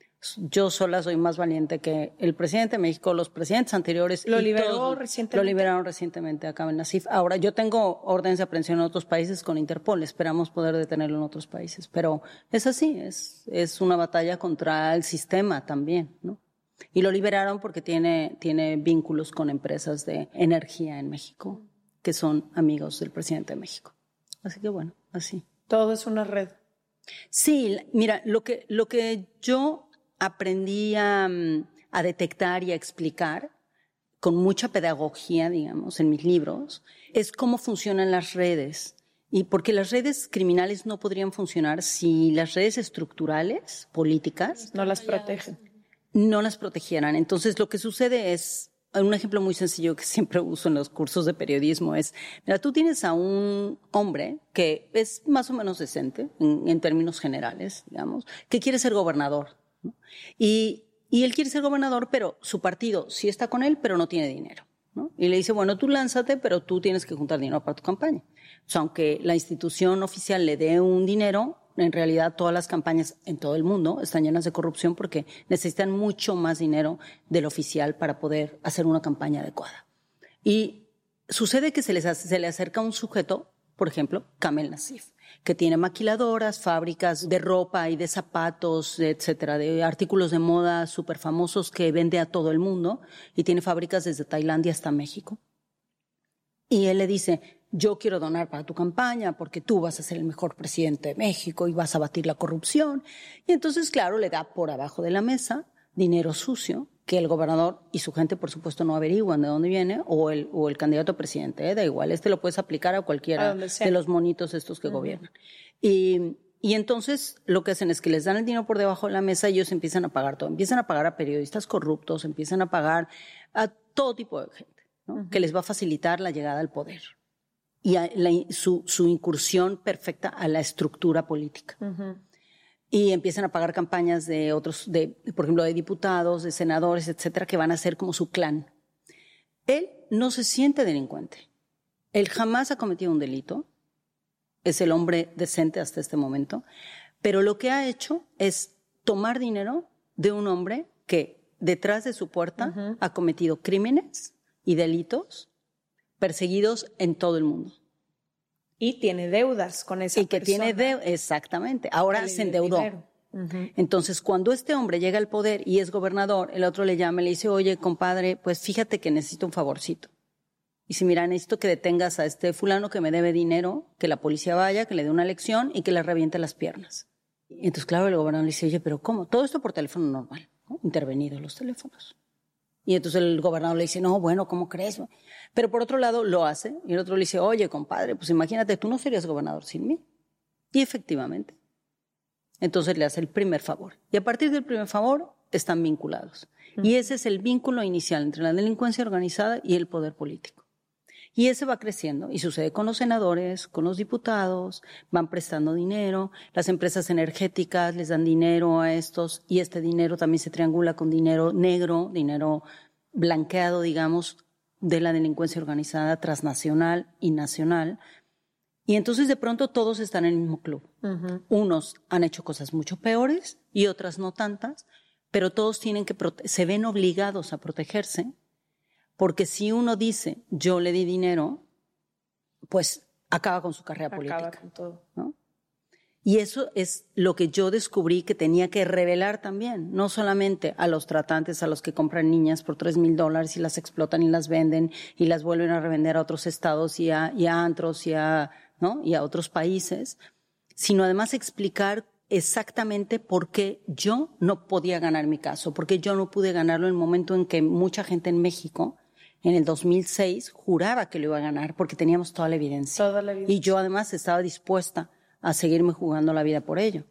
yo sola soy más valiente que el presidente de México, los presidentes anteriores. Lo y liberó todos, recientemente. Lo liberaron recientemente a Kamel Nacif. Ahora, yo tengo órdenes de aprehensión en otros países con Interpol. Esperamos poder detenerlo en otros países. Pero es así, es, es una batalla contra el sistema también, ¿no? Y lo liberaron porque tiene, tiene vínculos con empresas de energía en México, que son amigos del presidente de México. Así que bueno, así. Todo es una red. Sí, mira, lo que, lo que yo aprendí a, a detectar y a explicar con mucha pedagogía, digamos, en mis libros, es cómo funcionan las redes. Y porque las redes criminales no podrían funcionar si las redes estructurales, políticas, no las protegen. No las protegieran. Entonces, lo que sucede es, un ejemplo muy sencillo que siempre uso en los cursos de periodismo es, mira, tú tienes a un hombre que es más o menos decente, en, en términos generales, digamos, que quiere ser gobernador, ¿no? Y, y él quiere ser gobernador, pero su partido sí está con él, pero no tiene dinero, ¿no? Y le dice, bueno, tú lánzate, pero tú tienes que juntar dinero para tu campaña. O sea, aunque la institución oficial le dé un dinero, en realidad todas las campañas en todo el mundo están llenas de corrupción porque necesitan mucho más dinero del oficial para poder hacer una campaña adecuada. Y sucede que se les hace, se le acerca un sujeto, por ejemplo, Kamel Nacif, que tiene maquiladoras, fábricas de ropa y de zapatos, etcétera, de artículos de moda súper famosos que vende a todo el mundo y tiene fábricas desde Tailandia hasta México. Y él le dice, yo quiero donar para tu campaña porque tú vas a ser el mejor presidente de México y vas a batir la corrupción. Y entonces, claro, le da por abajo de la mesa dinero sucio que el gobernador y su gente, por supuesto, no averiguan de dónde viene, o el, o el candidato a presidente, ¿eh? Da igual, este lo puedes aplicar a cualquiera a de los monitos estos que uh-huh. gobiernan. Y, y entonces lo que hacen es que les dan el dinero por debajo de la mesa y ellos empiezan a pagar todo. Empiezan a pagar a periodistas corruptos, empiezan a pagar a todo tipo de gente, ¿no? Uh-huh. Que les va a facilitar la llegada al poder y a la, su, su incursión perfecta a la estructura política. Uh-huh. Y empiezan a pagar campañas de otros, de, por ejemplo, de diputados, de senadores, etcétera, que van a ser como su clan. Él no se siente delincuente. Él jamás ha cometido un delito. Es el hombre decente hasta este momento. Pero lo que ha hecho es tomar dinero de un hombre que detrás de su puerta uh-huh. ha cometido crímenes y delitos perseguidos en todo el mundo. Y tiene deudas con esa persona. Y que persona. tiene deudas, exactamente. Ahora se endeudó. Uh-huh. Entonces, cuando este hombre llega al poder y es gobernador, el otro le llama y le dice, oye, compadre, pues fíjate que necesito un favorcito. Y si mira, necesito que detengas a este fulano que me debe dinero, que la policía vaya, que le dé una lección y que le reviente las piernas. Y entonces, claro, el gobernador le dice, oye, pero ¿cómo? Todo esto por teléfono normal, ¿no? Intervenidos los teléfonos. Y entonces el gobernador le dice, no, bueno, ¿cómo crees? Pero por otro lado lo hace y el otro le dice, oye, compadre, pues imagínate, tú no serías gobernador sin mí. Y efectivamente. Entonces le hace el primer favor. Y a partir del primer favor están vinculados. Uh-huh. Y ese es el vínculo inicial entre la delincuencia organizada y el poder político. Y ese va creciendo y sucede con los senadores, con los diputados, van prestando dinero, las empresas energéticas les dan dinero a estos y este dinero también se triangula con dinero negro, dinero blanqueado, digamos, de la delincuencia organizada transnacional y nacional. Y entonces de pronto todos están en el mismo club. Uh-huh. Unos han hecho cosas mucho peores y otras no tantas, pero todos tienen que prote- se ven obligados a protegerse. Porque si uno dice, yo le di dinero, pues acaba con su carrera acaba política. Acaba con todo. ¿No? Y eso es lo que yo descubrí que tenía que revelar también. No solamente a los tratantes, a los que compran niñas por tres mil dólares y las explotan y las venden y las vuelven a revender a otros estados y a, y a antros y a, ¿no? y a otros países, sino además explicar exactamente por qué yo no podía ganar mi caso, porque yo no pude ganarlo en el momento en que mucha gente en México en el dos mil seis juraba que lo iba a ganar porque teníamos toda la evidencia. Toda la evidencia. Y yo además estaba dispuesta a seguirme jugando la vida por ello.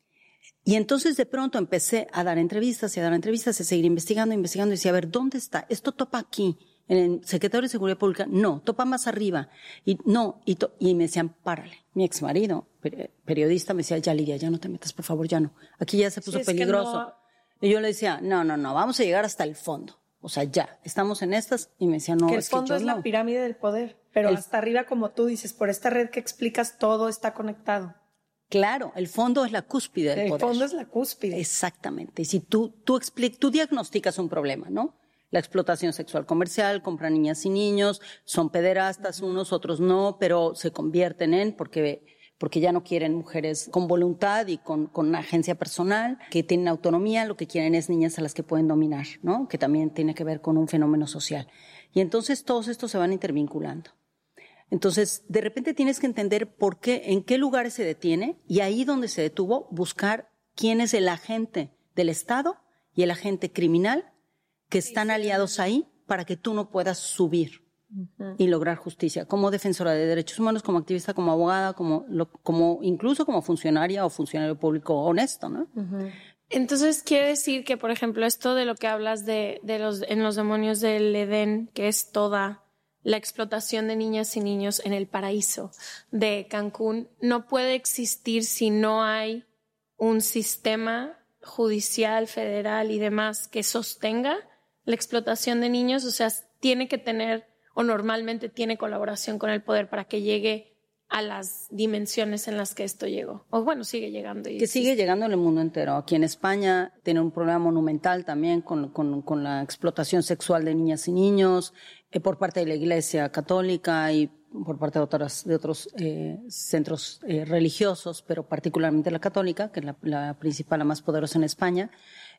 Y entonces de pronto empecé a dar entrevistas y a dar entrevistas y a seguir investigando, investigando y decía, a ver, ¿dónde está? ¿Esto topa aquí? ¿En el secretario de Seguridad Pública? No, topa más arriba. Y no, y, to- y me decían, párale. Mi exmarido, per- periodista, me decía, ya Lidia, ya no te metas, por favor, ya no. Aquí ya se puso sí, es peligroso. Que no... Y yo le decía, no, no, no, vamos a llegar hasta el fondo. O sea, ya, estamos en estas. Y me decía, no, que el es fondo que yo es no. la pirámide del poder, pero El... hasta arriba, como tú dices, por esta red que explicas, todo está conectado. Claro, el fondo es la cúspide del el poder. El fondo es la cúspide. Exactamente. Y si tú, tú, explicas, tú diagnosticas un problema, ¿no? La explotación sexual comercial, compran niñas y niños, son pederastas unos, otros no, pero se convierten en, porque, porque ya no quieren mujeres con voluntad y con, con agencia personal, que tienen autonomía, lo que quieren es niñas a las que pueden dominar, ¿no? Que también tiene que ver con un fenómeno social. Y entonces todos estos se van intervinculando. Entonces, de repente tienes que entender por qué, en qué lugares se detiene y ahí donde se detuvo, buscar quién es el agente del Estado y el agente criminal que están aliados ahí para que tú no puedas subir uh-huh. y lograr justicia. Como defensora de derechos humanos, como activista, como abogada, como, lo, como incluso como funcionaria o funcionario público honesto, ¿no? Uh-huh. Entonces, quiere decir que, por ejemplo, esto de lo que hablas de, de los, en los demonios del Edén, que es toda la explotación de niñas y niños en el paraíso de Cancún, no puede existir si no hay un sistema judicial, federal y demás que sostenga la explotación de niños. O sea, tiene que tener, o normalmente tiene colaboración con el poder para que llegue a las dimensiones en las que esto llegó. O bueno, sigue llegando. Y que existe. sigue llegando en el mundo entero. Aquí en España tiene un problema monumental también con, con, con la explotación sexual de niñas y niños eh, por parte de la Iglesia Católica y por parte de, otras, de otros eh, centros eh, religiosos, pero particularmente la católica, que es la, la principal, la más poderosa en España.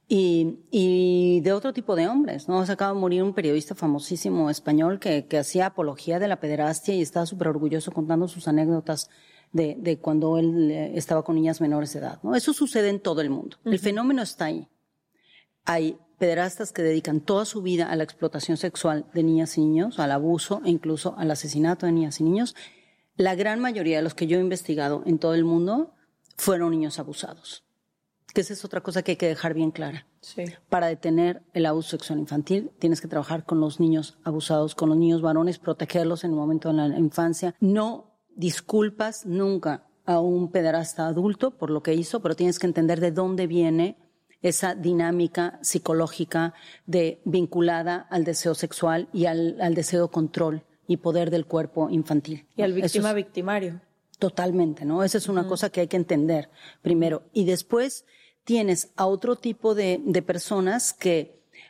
Y, y de otro tipo de hombres, ¿no? Se acaba de morir un periodista famosísimo español que, que hacía apología de la pederastia y estaba súper orgulloso contando sus anécdotas de, de cuando él estaba con niñas menores de edad, ¿no? Eso sucede en todo el mundo. Uh-huh. El fenómeno está ahí. Hay pederastas que dedican toda su vida a la explotación sexual de niñas y niños, al abuso e incluso al asesinato de niñas y niños. La gran mayoría de los que yo he investigado en todo el mundo fueron niños abusados. Que esa es otra cosa que hay que dejar bien clara. Sí. Para detener el abuso sexual infantil tienes que trabajar con los niños abusados, con los niños varones, protegerlos en el momento de la infancia. No disculpas nunca a un pederasta adulto por lo que hizo, pero tienes que entender de dónde viene esa dinámica psicológica de, vinculada al deseo sexual y al, al deseo de control y poder del cuerpo infantil. Y al víctima es, victimario. Totalmente, ¿no? Esa es una uh-huh. cosa que hay que entender primero. Y después tienes a otro tipo de, de personas que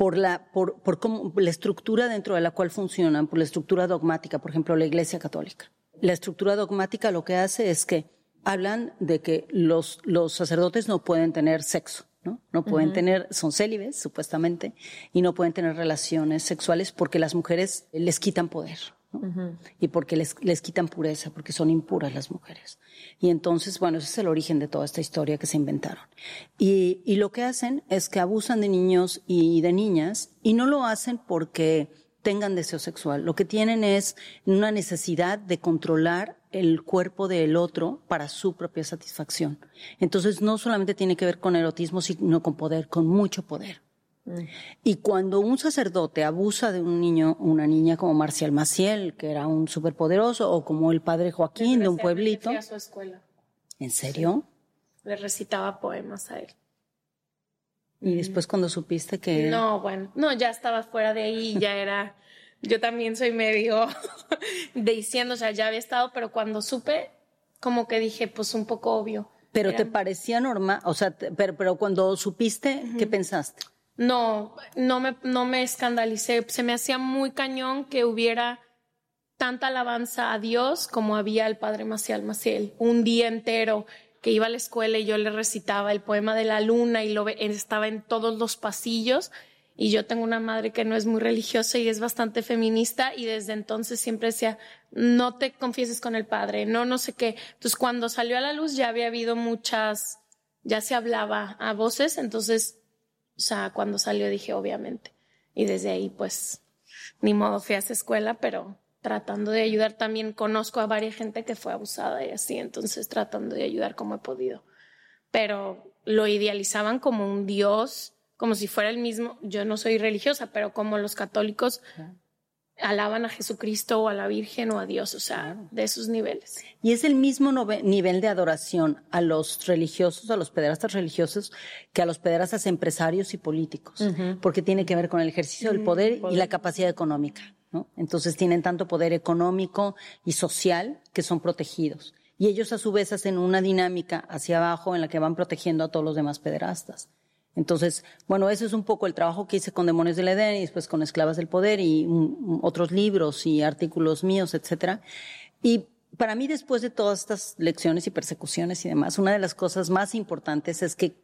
por la, por, por cómo, la estructura dentro de la cual funcionan, por la estructura dogmática, por ejemplo, la Iglesia Católica. La estructura dogmática lo que hace es que hablan de que los, los sacerdotes no pueden tener sexo, ¿no? No pueden uh-huh. tener, son célibes, supuestamente, y no pueden tener relaciones sexuales porque las mujeres les quitan poder, ¿no? Uh-huh. Y porque les, les quitan pureza, porque son impuras las mujeres. Y entonces, bueno, ese es el origen de toda esta historia que se inventaron. Y, y lo que hacen es que abusan de niños y de niñas, y no lo hacen porque tengan deseo sexual. Lo que tienen es una necesidad de controlar el cuerpo del otro para su propia satisfacción. Entonces, no solamente tiene que ver con erotismo, sino con poder, con mucho poder. Mm. Y cuando un sacerdote abusa de un niño o una niña como Marcial Maciel, que era un superpoderoso, o como el padre Joaquín de un pueblito. Fui a su escuela. ¿En serio? Sí. Le recitaba poemas a él. Y después cuando supiste que... No, bueno, no, ya estaba fuera de ahí, ya era... Yo también soy medio diciendo, o sea, ya había estado, pero cuando supe, como que dije, pues un poco obvio. ¿Pero era... te parecía normal? O sea, te, pero, pero cuando supiste, uh-huh. ¿qué pensaste? No, no me, no me escandalicé. Se me hacía muy cañón que hubiera tanta alabanza a Dios como había el padre Maciel Maciel. Un día entero que iba a la escuela y yo le recitaba el poema de la luna y lo ve, estaba en todos los pasillos. Y yo tengo una madre que no es muy religiosa y es bastante feminista, y desde entonces siempre decía, no te confieses con el padre, no, no sé qué. Entonces cuando salió a la luz ya había habido muchas, ya se hablaba a voces, entonces, o sea, cuando salió dije, obviamente. Y desde ahí, pues, ni modo, fui a esa escuela, pero tratando de ayudar también. Conozco a varias gente que fue abusada y así, entonces tratando de ayudar como he podido. Pero lo idealizaban como un dios, como si fuera el mismo. Yo no soy religiosa, pero como los católicos uh-huh. alaban a Jesucristo o a la Virgen o a Dios, o sea, uh-huh. de esos niveles. Y es el mismo nove- nivel de adoración a los religiosos, a los pederastas religiosos, que a los pederastas empresarios y políticos, uh-huh. porque tiene que ver con el ejercicio uh-huh. del poder, poder y la capacidad económica, ¿no? Entonces tienen tanto poder económico y social que son protegidos. Y ellos a su vez hacen una dinámica hacia abajo en la que van protegiendo a todos los demás pederastas. Entonces, bueno, ese es un poco el trabajo que hice con Demonios del Edén y después con Esclavas del Poder y um, otros libros y artículos míos, etcétera. Y para mí, después de todas estas lecciones y persecuciones y demás, una de las cosas más importantes es que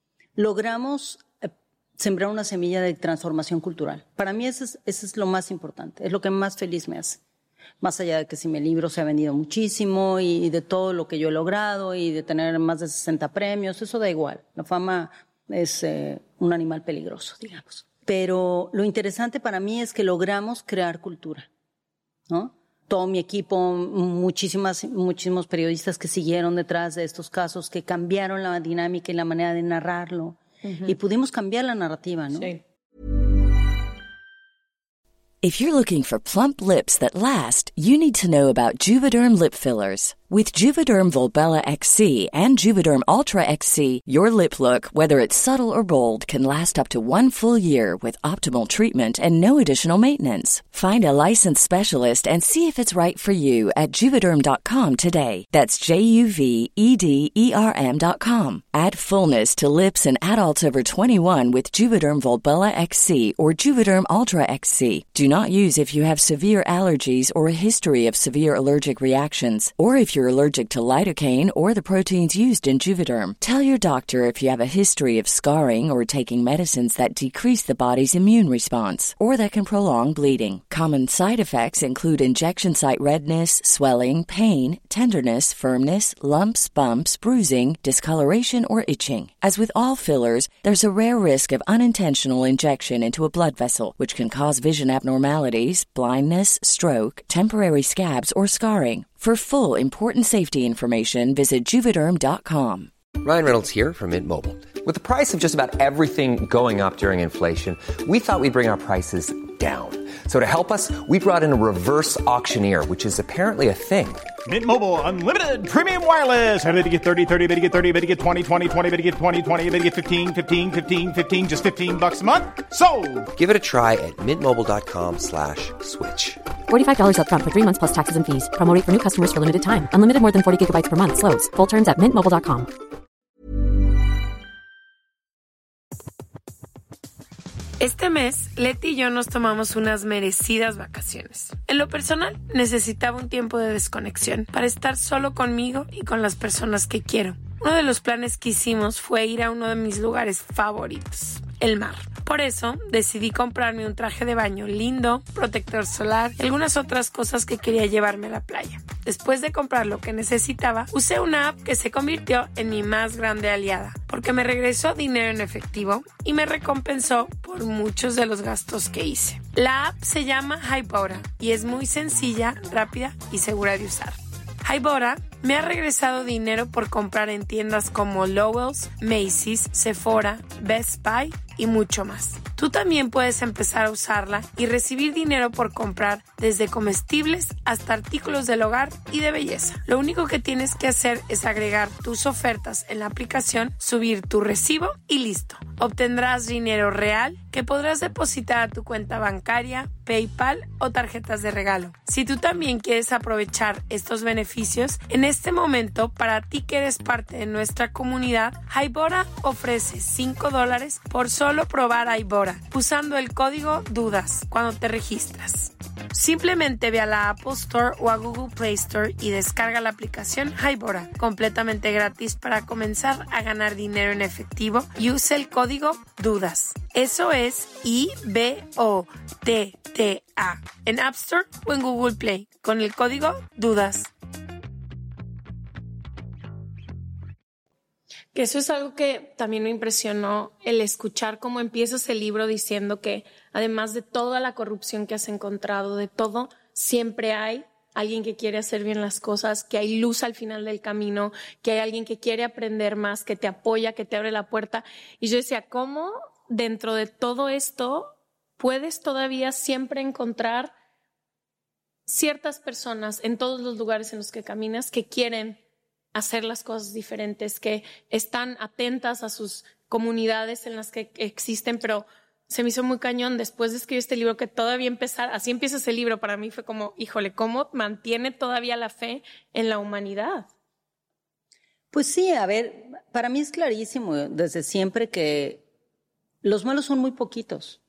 logramos eh, sembrar una semilla de transformación cultural. Para mí eso es, eso es lo más importante, es lo que más feliz me hace. Más allá de que si mi libro se ha vendido muchísimo y, y de todo lo que yo he logrado y de tener más de sesenta premios, eso da igual. La fama es eh, un animal peligroso, digamos. Pero lo interesante para mí es que logramos crear cultura, ¿no? Todo mi equipo, muchísimas, muchísimos periodistas que siguieron detrás de estos casos, que cambiaron la dinámica y la manera de narrarlo. Uh-huh. Y pudimos cambiar la narrativa, ¿no? Sí. If you're looking for plump lips that last, you need to know about Juvederm lip fillers. With Juvederm Volbella X C and Juvederm Ultra X C, your lip look, whether it's subtle or bold, can last up to one full year with optimal treatment and no additional maintenance. Find a licensed specialist and see if it's right for you at Juvederm dot com today. That's J U V E D E R M dot com. Add fullness to lips in adults over twenty-one with Juvederm Volbella X C or Juvederm Ultra X C. Do not use if you have severe allergies or a history of severe allergic reactions, or if you're allergic to lidocaine or the proteins used in Juvederm. Tell your doctor if you have a history of scarring or taking medicines that decrease the body's immune response or that can prolong bleeding. Common side effects include injection site redness, swelling, pain, tenderness, firmness, lumps, bumps, bruising, discoloration, or itching. As with all fillers, there's a rare risk of unintentional injection into a blood vessel, which can cause vision abnormalities, blindness, stroke, temporary scabs, or scarring. For full, important safety information, visit Juvederm dot com. Ryan Reynolds here from Mint Mobile. With the price of just about everything going up during inflation, we thought we'd bring our prices down. So to help us, we brought in a reverse auctioneer, which is apparently a thing. Mint Mobile Unlimited Premium Wireless. How to get thirty, thirty, how to get thirty, how to get twenty, twenty, twenty, how to get twenty, twenty, how to get fifteen, fifteen, fifteen, fifteen, just fifteen bucks a month? Sold! Give it a try at mintmobile.com slash switch. forty-five dollars up front for three months plus taxes and fees. Promo rate for new customers for limited time. Unlimited more than forty gigabytes per month. Slows full terms at mint mobile dot com. Este mes, Leti y yo nos tomamos unas merecidas vacaciones. En lo personal, necesitaba un tiempo de desconexión para estar solo conmigo y con las personas que quiero. Uno de los planes que hicimos fue ir a uno de mis lugares favoritos, el mar. Por eso, decidí comprarme un traje de baño lindo, protector solar y algunas otras cosas que quería llevarme a la playa. Después de comprar lo que necesitaba, usé una app que se convirtió en mi más grande aliada, porque me regresó dinero en efectivo y me recompensó por muchos de los gastos que hice. La app se llama Hybora y es muy sencilla, rápida y segura de usar. Hybora me ha regresado dinero por comprar en tiendas como Lowell's, Macy's, Sephora, Best Buy y mucho más. Tú también puedes empezar a usarla y recibir dinero por comprar desde comestibles hasta artículos del hogar y de belleza. Lo único que tienes que hacer es agregar tus ofertas en la aplicación, subir tu recibo y listo. Obtendrás dinero real que podrás depositar a tu cuenta bancaria, PayPal o tarjetas de regalo. Si tú también quieres aprovechar estos beneficios, en este momento, para ti que eres parte de nuestra comunidad, Hybora ofrece cinco dólares por solo probar Hybora, usando el código DUDAS cuando te registras. Simplemente ve a la Apple Store o a Google Play Store y descarga la aplicación Hybora, completamente gratis para comenzar a ganar dinero en efectivo, y usa el código DUDAS. Eso es I B O T T A en App Store o en Google Play con el código DUDAS. Que eso es algo que también me impresionó, el escuchar cómo empiezas el libro diciendo que además de toda la corrupción que has encontrado, de todo, siempre hay alguien que quiere hacer bien las cosas, que hay luz al final del camino, que hay alguien que quiere aprender más, que te apoya, que te abre la puerta. Y yo decía, ¿cómo dentro de todo esto puedes todavía siempre encontrar ciertas personas en todos los lugares en los que caminas que quieren hacer las cosas diferentes, que están atentas a sus comunidades en las que existen? Pero se me hizo muy cañón después de escribir este libro que todavía empezar, así empieza ese libro, para mí fue como, híjole, ¿cómo mantiene todavía la fe en la humanidad? Pues sí, a ver, para mí es clarísimo desde siempre que los malos son muy poquitos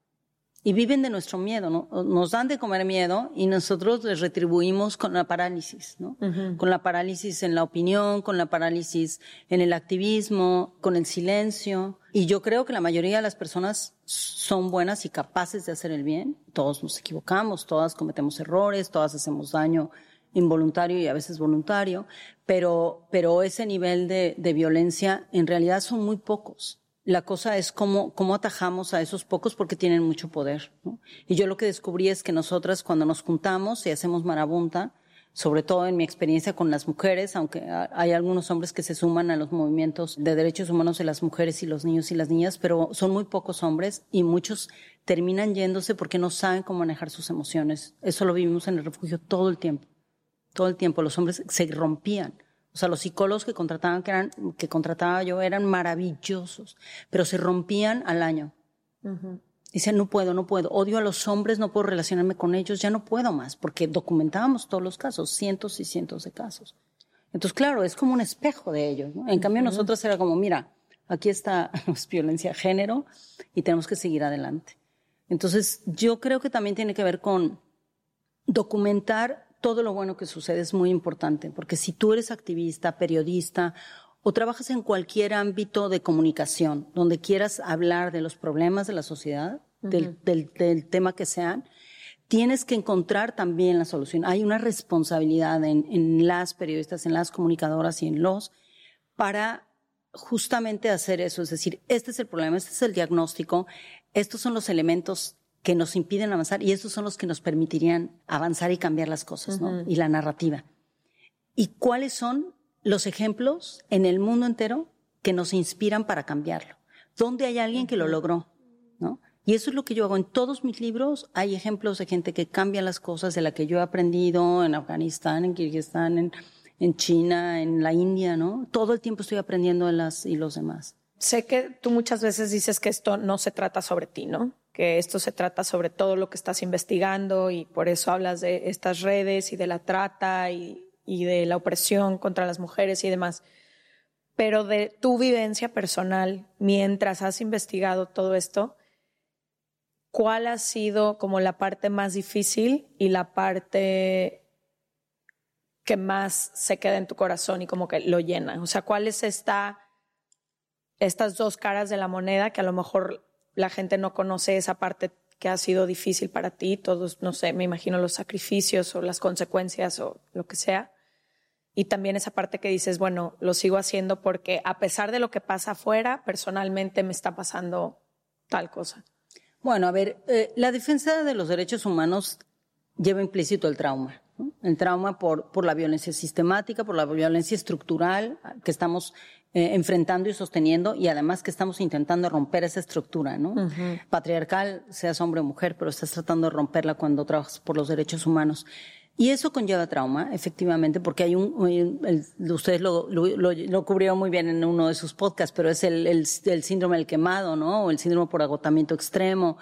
y viven de nuestro miedo, ¿no? Nos dan de comer miedo y nosotros les retribuimos con la parálisis, ¿no? Uh-huh. Con la parálisis en la opinión, con la parálisis en el activismo, con el silencio. Y yo creo que la mayoría de las personas son buenas y capaces de hacer el bien. Todos nos equivocamos, todas cometemos errores, todas hacemos daño involuntario y a veces voluntario, pero, pero ese nivel de, de violencia en realidad son muy pocos. La cosa es cómo, cómo atajamos a esos pocos porque tienen mucho poder, ¿no? Y yo lo que descubrí es que nosotras cuando nos juntamos y hacemos marabunta, sobre todo en mi experiencia con las mujeres, aunque hay algunos hombres que se suman a los movimientos de derechos humanos de las mujeres y los niños y las niñas, pero son muy pocos hombres y muchos terminan yéndose porque no saben cómo manejar sus emociones. Eso lo vivimos en el refugio todo el tiempo. Todo el tiempo los hombres se rompían. O sea, los psicólogos que contrataban, que eran, que contrataba yo, eran maravillosos, pero se rompían al año. Uh-huh. Dicen, no puedo, no puedo, odio a los hombres, no puedo relacionarme con ellos, ya no puedo más, porque documentábamos todos los casos, cientos y cientos de casos. Entonces, claro, es como un espejo de ellos, ¿no? En cambio, uh-huh. nosotros era como, mira, aquí está pues, violencia de género y tenemos que seguir adelante. Entonces, yo creo que también tiene que ver con documentar todo lo bueno que sucede, es muy importante, porque si tú eres activista, periodista o trabajas en cualquier ámbito de comunicación, donde quieras hablar de los problemas de la sociedad, uh-huh. del, del, del tema que sean, tienes que encontrar también la solución. Hay una responsabilidad en, en las periodistas, en las comunicadoras y en los, para justamente hacer eso, es decir, este es el problema, este es el diagnóstico, estos son los elementos que nos impiden avanzar y estos son los que nos permitirían avanzar y cambiar las cosas, ¿no? Uh-huh. Y la narrativa. ¿Y cuáles son los ejemplos en el mundo entero que nos inspiran para cambiarlo? ¿Dónde hay alguien que lo logró? ¿No? Y eso es lo que yo hago. En todos mis libros hay ejemplos de gente que cambia las cosas, de la que yo he aprendido en Afganistán, en Kirguistán, en, en China, en la India, ¿no? Todo el tiempo estoy aprendiendo de las y los demás. Sé que tú muchas veces dices que esto no se trata sobre ti, ¿no? Que esto se trata sobre todo lo que estás investigando y por eso hablas de estas redes y de la trata y, y de la opresión contra las mujeres y demás. Pero de tu vivencia personal, mientras has investigado todo esto, ¿cuál ha sido como la parte más difícil y la parte que más se queda en tu corazón y como que lo llena? O sea, ¿cuál es esta, estas dos caras de la moneda que a lo mejor la gente no conoce, esa parte que ha sido difícil para ti? Todos, no sé, me imagino los sacrificios o las consecuencias o lo que sea. Y también esa parte que dices, bueno, lo sigo haciendo porque a pesar de lo que pasa afuera, personalmente me está pasando tal cosa. Bueno, a ver, eh, la defensa de los derechos humanos lleva implícito el trauma, ¿no? El trauma por, por la violencia sistemática, por la violencia estructural que estamos eh, enfrentando y sosteniendo, y además que estamos intentando romper esa estructura, ¿no? Uh-huh. Patriarcal, seas hombre o mujer, pero estás tratando de romperla cuando trabajas por los derechos humanos. Y eso conlleva trauma, efectivamente, porque hay un, el, el, ustedes lo, lo, lo, lo cubrieron muy bien en uno de sus podcasts, pero es el, el, el síndrome del quemado, ¿no? O el síndrome por agotamiento extremo.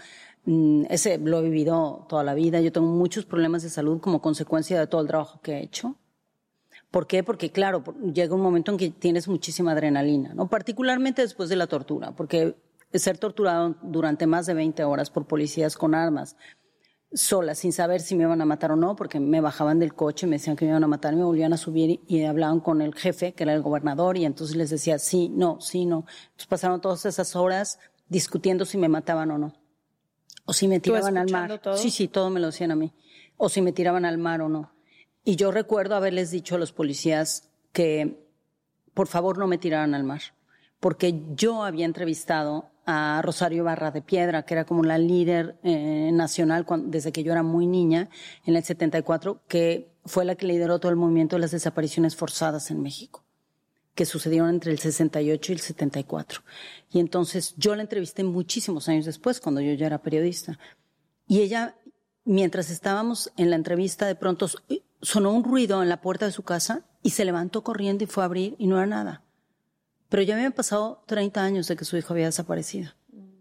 Ese lo he vivido toda la vida. Yo tengo muchos problemas de salud como consecuencia de todo el trabajo que he hecho. ¿Por qué? Porque, claro, llega un momento en que tienes muchísima adrenalina, ¿no? Particularmente después de la tortura, porque ser torturado durante más de veinte horas por policías con armas, sola, sin saber si me iban a matar o no, porque me bajaban del coche, me decían que me iban a matar, me volvían a subir y, y hablaban con el jefe, que era el gobernador, y entonces les decía sí, no, sí, no. Entonces pasaron todas esas horas discutiendo si me mataban o no. O si me tiraban al mar. Todo? Sí, sí, todo me lo decían a mí. O si me tiraban al mar o no. Y yo recuerdo haberles dicho a los policías que por favor no me tiraran al mar, porque yo había entrevistado a Rosario Ibarra de Piedra, que era como la líder eh, nacional cuando, desde que yo era muy niña, en el setenta y cuatro, que fue la que lideró todo el movimiento de las desapariciones forzadas en México, que sucedieron entre el sesenta y ocho y el setenta y cuatro. Y entonces yo la entrevisté muchísimos años después, cuando yo ya era periodista. Y ella, mientras estábamos en la entrevista, de pronto sonó un ruido en la puerta de su casa y se levantó corriendo y fue a abrir y no era nada. Pero ya me habían pasado treinta años de que su hijo había desaparecido.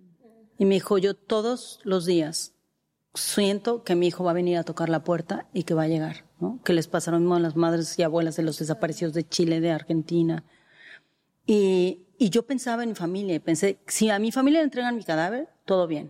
Y me dijo, yo todos los días siento que mi hijo va a venir a tocar la puerta y que va a llegar, ¿no? Que les pasa lo mismo a las madres y abuelas de los desaparecidos de Chile, de Argentina. Y, y yo pensaba en mi familia y pensé, si a mi familia le entregan mi cadáver, todo bien.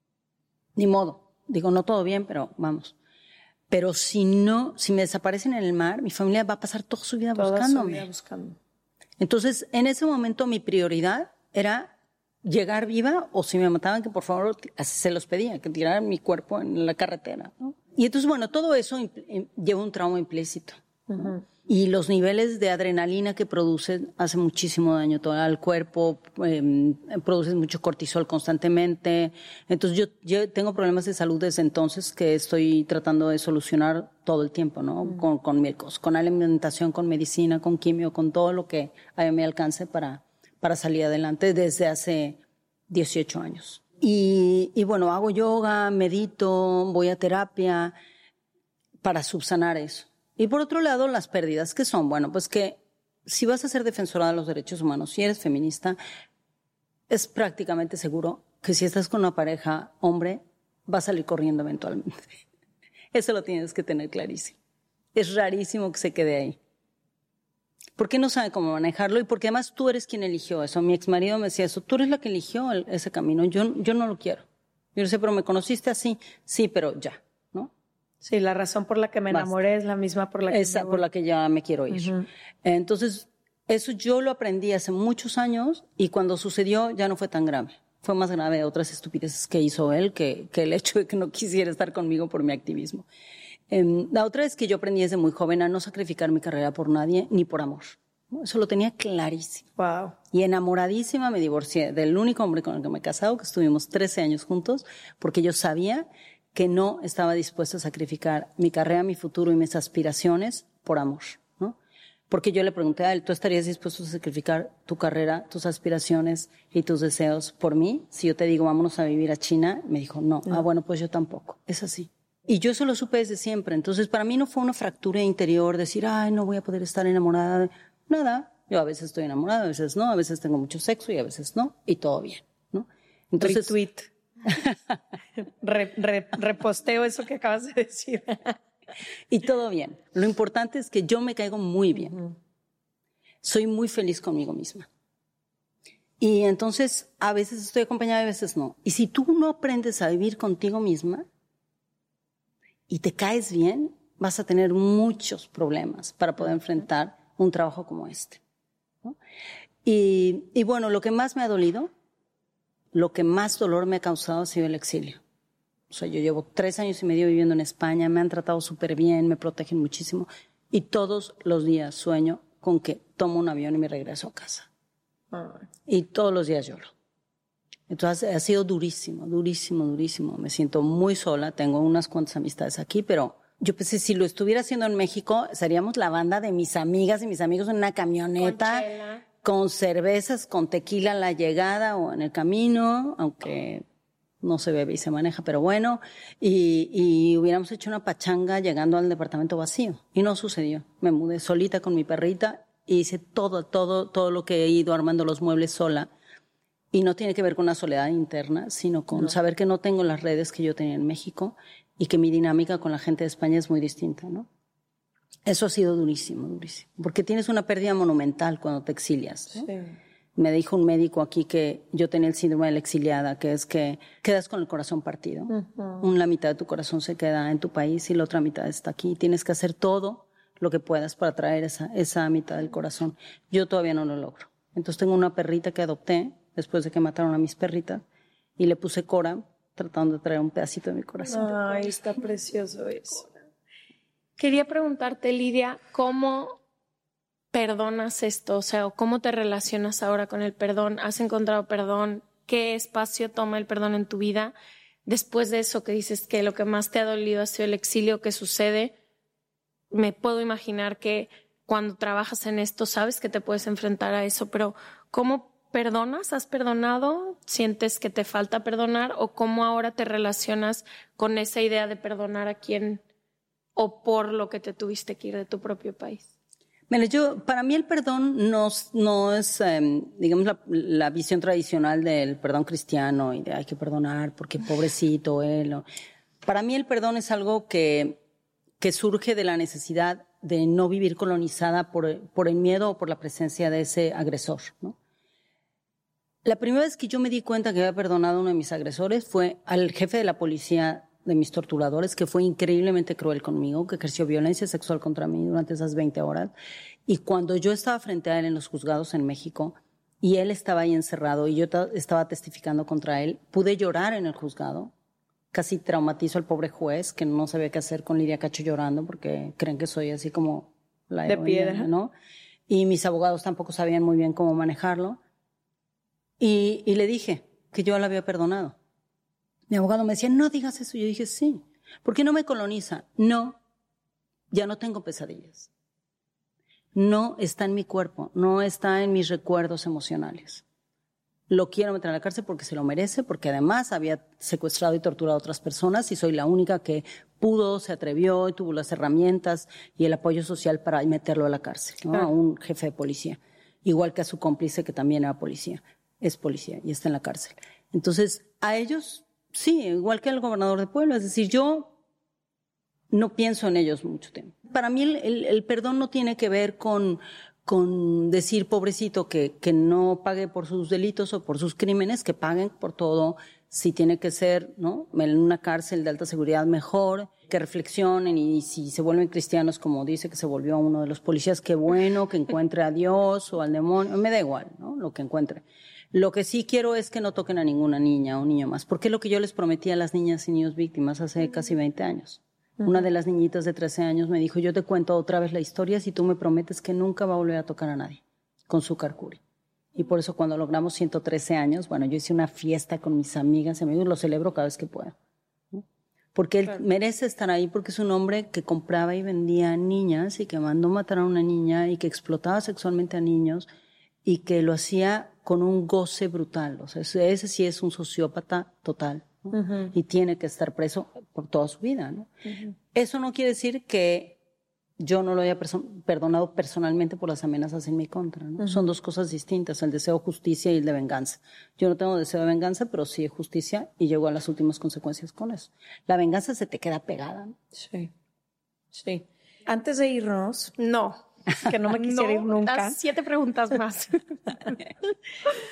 Ni modo. Digo, no todo bien, pero vamos. Pero si no, si me desaparecen en el mar, mi familia va a pasar toda su vida toda buscándome. Su vida buscando. Entonces, en ese momento mi prioridad era llegar viva, o si me mataban, que por favor se los pedía, que tiraran mi cuerpo en la carretera, ¿no? Y entonces, bueno, todo eso impl- lleva un trauma implícito, ¿no? Uh-huh. Y los niveles de adrenalina que producen hace muchísimo daño todo al cuerpo, eh, produces mucho cortisol constantemente. Entonces yo, yo tengo problemas de salud desde entonces que estoy tratando de solucionar todo el tiempo, ¿no? Uh-huh. Con, con, con alimentación, con medicina, con quimio, con todo lo que a mi alcance para, para salir adelante desde hace dieciocho años. Y, y bueno, hago yoga, medito, voy a terapia para subsanar eso. Y por otro lado, las pérdidas, ¿qué son? Bueno, pues que si vas a ser defensora de los derechos humanos, si eres feminista, es prácticamente seguro que si estás con una pareja hombre, va a salir corriendo eventualmente. Eso lo tienes que tener clarísimo. Es rarísimo que se quede ahí. Porque no sabe cómo manejarlo y porque además tú eres quien eligió eso. Mi exmarido me decía eso, tú eres la que eligió el, ese camino, yo, yo no lo quiero. Yo le decía, pero me conociste así, sí, pero ya. Sí, la razón por la que me enamoré Basta. es la misma por la que Esa me por la que ya me quiero ir. Uh-huh. Entonces, eso yo lo aprendí hace muchos años y cuando sucedió ya no fue tan grave. Fue más grave otras estupideces que hizo él que, que el hecho de que no quisiera estar conmigo por mi activismo. Eh, la otra es que yo aprendí desde muy joven a no sacrificar mi carrera por nadie ni por amor. Eso lo tenía clarísimo. Wow. Y enamoradísima me divorcié del único hombre con el que me he casado, que estuvimos trece años juntos, porque yo sabía que no estaba dispuesto a sacrificar mi carrera, mi futuro y mis aspiraciones por amor, ¿no? Porque yo le pregunté a él, ¿tú estarías dispuesto a sacrificar tu carrera, tus aspiraciones y tus deseos por mí? Si yo te digo, vámonos a vivir a China, me dijo, no. no. Ah, bueno, pues yo tampoco. Es así. Y yo eso lo supe desde siempre. Entonces, para mí no fue una fractura interior, decir, ay, no voy a poder estar enamorada de nada. Yo a veces estoy enamorada, a veces no, a veces tengo mucho sexo y a veces no, y todo bien, ¿no? Entonces, retweet. Re, re, reposteo eso que acabas de decir. Y todo bien. Lo importante es que yo me caigo muy bien. Uh-huh. Soy muy feliz conmigo misma. Y entonces a veces estoy acompañada y a veces no. Y si tú no aprendes a vivir contigo misma y te caes bien, vas a tener muchos problemas para poder enfrentar un trabajo como este, ¿no? Y, y bueno, lo que más me ha dolido, lo que más dolor me ha causado ha sido el exilio. O sea, yo llevo tres años y medio viviendo en España, me han tratado súper bien, me protegen muchísimo. Y todos los días sueño con que tomo un avión y me regreso a casa. Y todos los días lloro. Entonces ha sido durísimo, durísimo, durísimo. Me siento muy sola, tengo unas cuantas amistades aquí, pero yo pensé, si lo estuviera haciendo en México, seríamos la banda de mis amigas y mis amigos en una camioneta, con, con cervezas, con tequila a la llegada o en el camino, aunque no se bebe y se maneja, pero bueno, y, y hubiéramos hecho una pachanga llegando al departamento vacío. Y no sucedió. Me mudé solita con mi perrita y hice todo, todo, todo lo que he ido armando los muebles sola. Y no tiene que ver con una soledad interna, sino con no. saber que no tengo las redes que yo tenía en México y que mi dinámica con la gente de España es muy distinta, ¿no? Eso ha sido durísimo, durísimo. Porque tienes una pérdida monumental cuando te exilias, ¿no? Sí. Me dijo un médico aquí que yo tenía el síndrome de la exiliada, que es que quedas con el corazón partido. Uh-huh. Una mitad de tu corazón se queda en tu país y la otra mitad está aquí. Tienes que hacer todo lo que puedas para traer esa, esa mitad del corazón. Yo todavía no lo logro. Entonces tengo una perrita que adopté después de que mataron a mis perritas y le puse Cora tratando de traer un pedacito de mi corazón. Ay, está precioso eso. Quería preguntarte, Lidia, ¿cómo perdonas esto? O sea, ¿cómo te relacionas ahora con el perdón? ¿Has encontrado perdón? ¿Qué espacio toma el perdón en tu vida? Después de eso que dices que lo que más te ha dolido ha sido el exilio, ¿qué sucede? Me puedo imaginar que cuando trabajas en esto sabes que te puedes enfrentar a eso, pero ¿cómo perdonas? ¿Has perdonado? ¿Sientes que te falta perdonar? ¿O cómo ahora te relacionas con esa idea de perdonar a quien o por lo que te tuviste que ir de tu propio país? Mira, yo, para mí el perdón no, no es, eh, digamos, la, la visión tradicional del perdón cristiano y de hay que perdonar porque pobrecito él. O, para mí el perdón es algo que, que surge de la necesidad de no vivir colonizada por, por el miedo o por la presencia de ese agresor, ¿no? La primera vez que yo me di cuenta que había perdonado a uno de mis agresores fue al jefe de la policía de mis torturadores, que fue increíblemente cruel conmigo, que ejerció violencia sexual contra mí durante esas veinte horas. Y cuando yo estaba frente a él en los juzgados en México, y él estaba ahí encerrado, y yo estaba testificando contra él, pude llorar en el juzgado. Casi traumatizo al pobre juez, que no sabía qué hacer con Lidia Cacho llorando, porque creen que soy así como la de piedra, ¿no? Y mis abogados tampoco sabían muy bien cómo manejarlo. Y, y le dije que yo la había perdonado. Mi abogado me decía, no digas eso. Yo dije, sí. ¿Por qué no me coloniza? No, ya no tengo pesadillas. No está en mi cuerpo, no está en mis recuerdos emocionales. Lo quiero meter a la cárcel porque se lo merece, porque además había secuestrado y torturado a otras personas y soy la única que pudo, se atrevió y tuvo las herramientas y el apoyo social para meterlo a la cárcel, ¿no? Ah. A un jefe de policía. Igual que a su cómplice, que también era policía. Es policía y está en la cárcel. Entonces, a ellos, sí, igual que al gobernador de Puebla. Es decir, yo no pienso en ellos mucho tiempo. Para mí el, el, el perdón no tiene que ver con, con decir, pobrecito, que, que no pague por sus delitos o por sus crímenes, que paguen por todo. Si tiene que ser, ¿no?, en una cárcel de alta seguridad, mejor, que reflexionen y si se vuelven cristianos, como dice que se volvió uno de los policías, qué bueno, que encuentre a Dios o al demonio, me da igual, ¿no?, lo que encuentre. Lo que sí quiero es que no toquen a ninguna niña o niño más, porque es lo que yo les prometí a las niñas y niños víctimas hace casi veinte años. Uh-huh. Una de las niñitas de trece años me dijo, yo te cuento otra vez la historia si tú me prometes que nunca va a volver a tocar a nadie con su carcuri. Y por eso cuando logramos ciento trece años, bueno, yo hice una fiesta con mis amigas y amigos, lo celebro cada vez que puedo, ¿no? Porque él claro. merece estar ahí porque es un hombre que compraba y vendía niñas y que mandó matar a una niña y que explotaba sexualmente a niños y que lo hacía con un goce brutal. O sea, ese sí es un sociópata total, ¿no? Uh-huh. Y tiene que estar preso por toda su vida, ¿no? Uh-huh. Eso no quiere decir que yo no lo haya perso- perdonado personalmente por las amenazas en mi contra, ¿no? Uh-huh. Son dos cosas distintas, el deseo de justicia y el de venganza. Yo no tengo deseo de venganza, pero sí de justicia y llego a las últimas consecuencias con eso. La venganza se te queda pegada, ¿no? Sí, sí. Antes de irnos... No. Que no me quisiera no, ir nunca. Das siete preguntas más.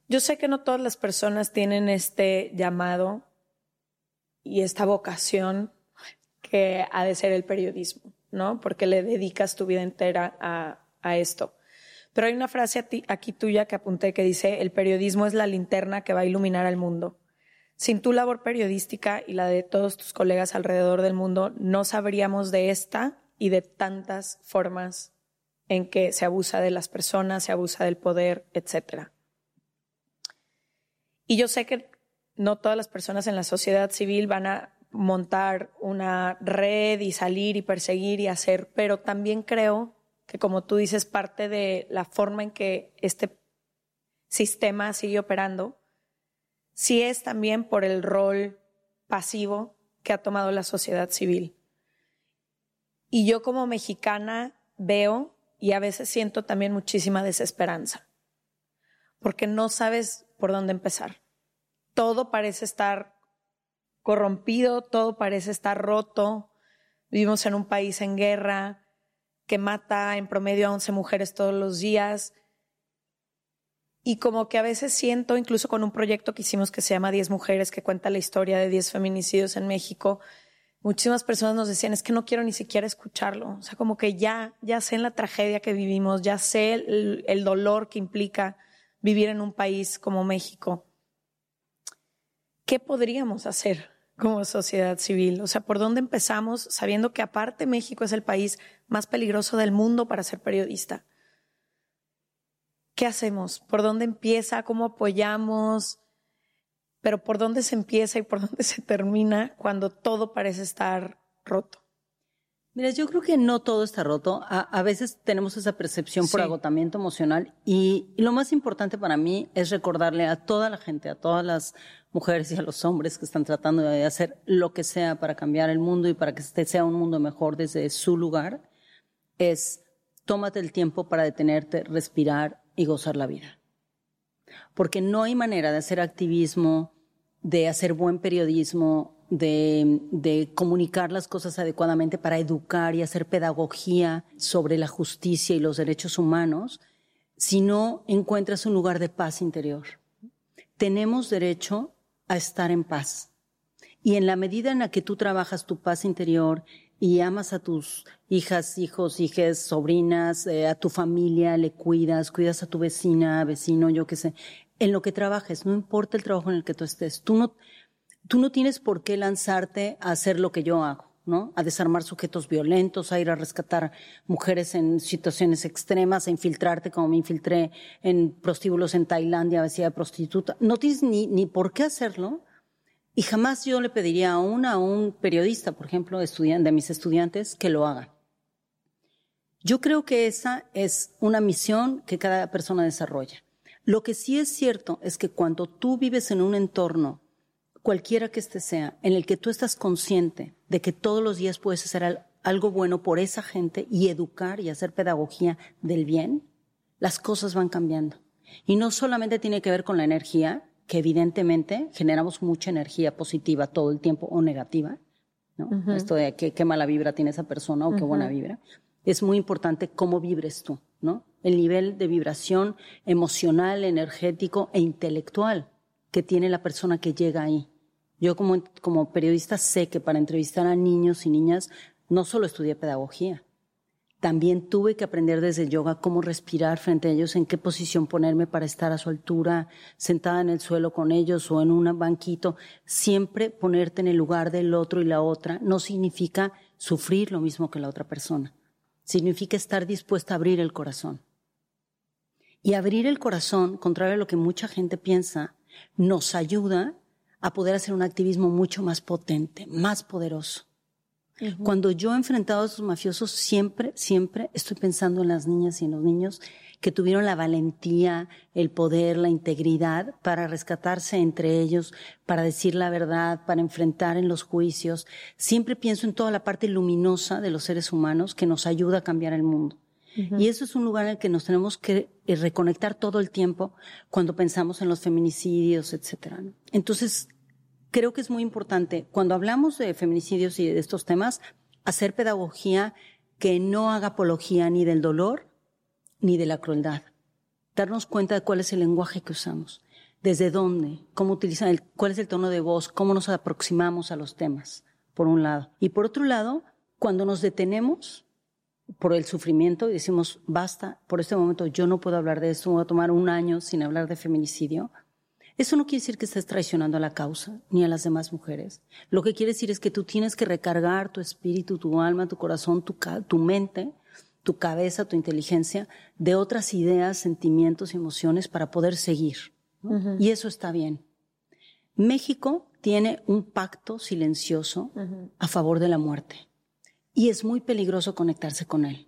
Yo sé que no todas las personas tienen este llamado y esta vocación que ha de ser el periodismo, ¿no? Porque le dedicas tu vida entera a, a esto. Pero hay una frase a ti, aquí tuya que apunté que dice: el periodismo es la linterna que va a iluminar al mundo. Sin tu labor periodística y la de todos tus colegas alrededor del mundo, no sabríamos de esta y de tantas formas en que se abusa de las personas, se abusa del poder, etcétera. Y yo sé que no todas las personas en la sociedad civil van a montar una red y salir y perseguir y hacer, pero también creo que, como tú dices, parte de la forma en que este sistema sigue operando sí es también por el rol pasivo que ha tomado la sociedad civil. Y yo como mexicana veo y a veces siento también muchísima desesperanza, porque no sabes por dónde empezar. Todo parece estar corrompido, todo parece estar roto. Vivimos en un país en guerra que mata en promedio a once mujeres todos los días. Y como que a veces siento, incluso con un proyecto que hicimos que se llama diez mujeres, que cuenta la historia de diez feminicidios en México, muchísimas personas nos decían, es que no quiero ni siquiera escucharlo. O sea, como que ya, ya sé la tragedia que vivimos, ya sé el, el dolor que implica vivir en un país como México. ¿Qué podríamos hacer como sociedad civil? O sea, ¿por dónde empezamos sabiendo que aparte México es el país más peligroso del mundo para ser periodista? ¿Qué hacemos? ¿Por dónde empieza? ¿Cómo apoyamos? Pero ¿por dónde se empieza y por dónde se termina cuando todo parece estar roto? Mira, yo creo que no todo está roto. A, a veces tenemos esa percepción por Sí. agotamiento emocional y, y lo más importante para mí es recordarle a toda la gente, a todas las mujeres y a los hombres que están tratando de hacer lo que sea para cambiar el mundo y para que este sea un mundo mejor desde su lugar, es tómate el tiempo para detenerte, respirar y gozar la vida. Porque no hay manera de hacer activismo, de hacer buen periodismo, de, de comunicar las cosas adecuadamente para educar y hacer pedagogía sobre la justicia y los derechos humanos, si no encuentras un lugar de paz interior. Tenemos derecho a estar en paz. Y en la medida en la que tú trabajas tu paz interior y amas a tus hijas, hijos, hijas, sobrinas, eh, a tu familia, le cuidas, cuidas a tu vecina, vecino, yo qué sé, en lo que trabajes, no importa el trabajo en el que tú estés, tú no, tú no tienes por qué lanzarte a hacer lo que yo hago, ¿no? A desarmar sujetos violentos, a ir a rescatar mujeres en situaciones extremas, a infiltrarte como me infiltré en prostíbulos en Tailandia, vestida de prostituta. No tienes ni, ni por qué hacerlo. Y jamás yo le pediría a una, a un periodista, por ejemplo, estudiante, de mis estudiantes, que lo haga. Yo creo que esa es una misión que cada persona desarrolla. Lo que sí es cierto es que cuando tú vives en un entorno, cualquiera que este sea, en el que tú estás consciente de que todos los días puedes hacer algo bueno por esa gente y educar y hacer pedagogía del bien, las cosas van cambiando. Y no solamente tiene que ver con la energía, que evidentemente generamos mucha energía positiva todo el tiempo o negativa, ¿no? Uh-huh. Esto de qué, qué mala vibra tiene esa persona o uh-huh. qué buena vibra. Es muy importante cómo vibres tú, ¿no? El nivel de vibración emocional, energético e intelectual que tiene la persona que llega ahí. Yo como, como periodista sé que para entrevistar a niños y niñas no solo estudié pedagogía, también tuve que aprender desde el yoga cómo respirar frente a ellos, en qué posición ponerme para estar a su altura, sentada en el suelo con ellos o en un banquito. Siempre ponerte en el lugar del otro y la otra no significa sufrir lo mismo que la otra persona. Significa estar dispuesta a abrir el corazón. Y abrir el corazón, contrario a lo que mucha gente piensa, nos ayuda a poder hacer un activismo mucho más potente, más poderoso. Uh-huh. Cuando yo he enfrentado a esos mafiosos, siempre, siempre estoy pensando en las niñas y en los niños que tuvieron la valentía, el poder, la integridad para rescatarse entre ellos, para decir la verdad, para enfrentar en los juicios. Siempre pienso en toda la parte luminosa de los seres humanos que nos ayuda a cambiar el mundo. Uh-huh. Y eso es un lugar en el que nos tenemos que reconectar todo el tiempo cuando pensamos en los feminicidios, etcétera, ¿no? Entonces, creo que es muy importante, cuando hablamos de feminicidios y de estos temas, hacer pedagogía que no haga apología ni del dolor ni de la crueldad. Darnos cuenta de cuál es el lenguaje que usamos. ¿Desde dónde? ¿Cómo utilizan? El, ¿Cuál es el tono de voz? ¿Cómo nos aproximamos a los temas? Por un lado. Y por otro lado, cuando nos detenemos por el sufrimiento y decimos, basta, por este momento yo no puedo hablar de esto, voy a tomar un año sin hablar de feminicidio, eso no quiere decir que estés traicionando a la causa ni a las demás mujeres. Lo que quiere decir es que tú tienes que recargar tu espíritu, tu alma, tu corazón, tu, tu mente, tu cabeza, tu inteligencia de otras ideas, sentimientos y emociones para poder seguir, ¿no? Uh-huh. Y eso está bien. México tiene un pacto silencioso uh-huh. a favor de la muerte y es muy peligroso conectarse con él.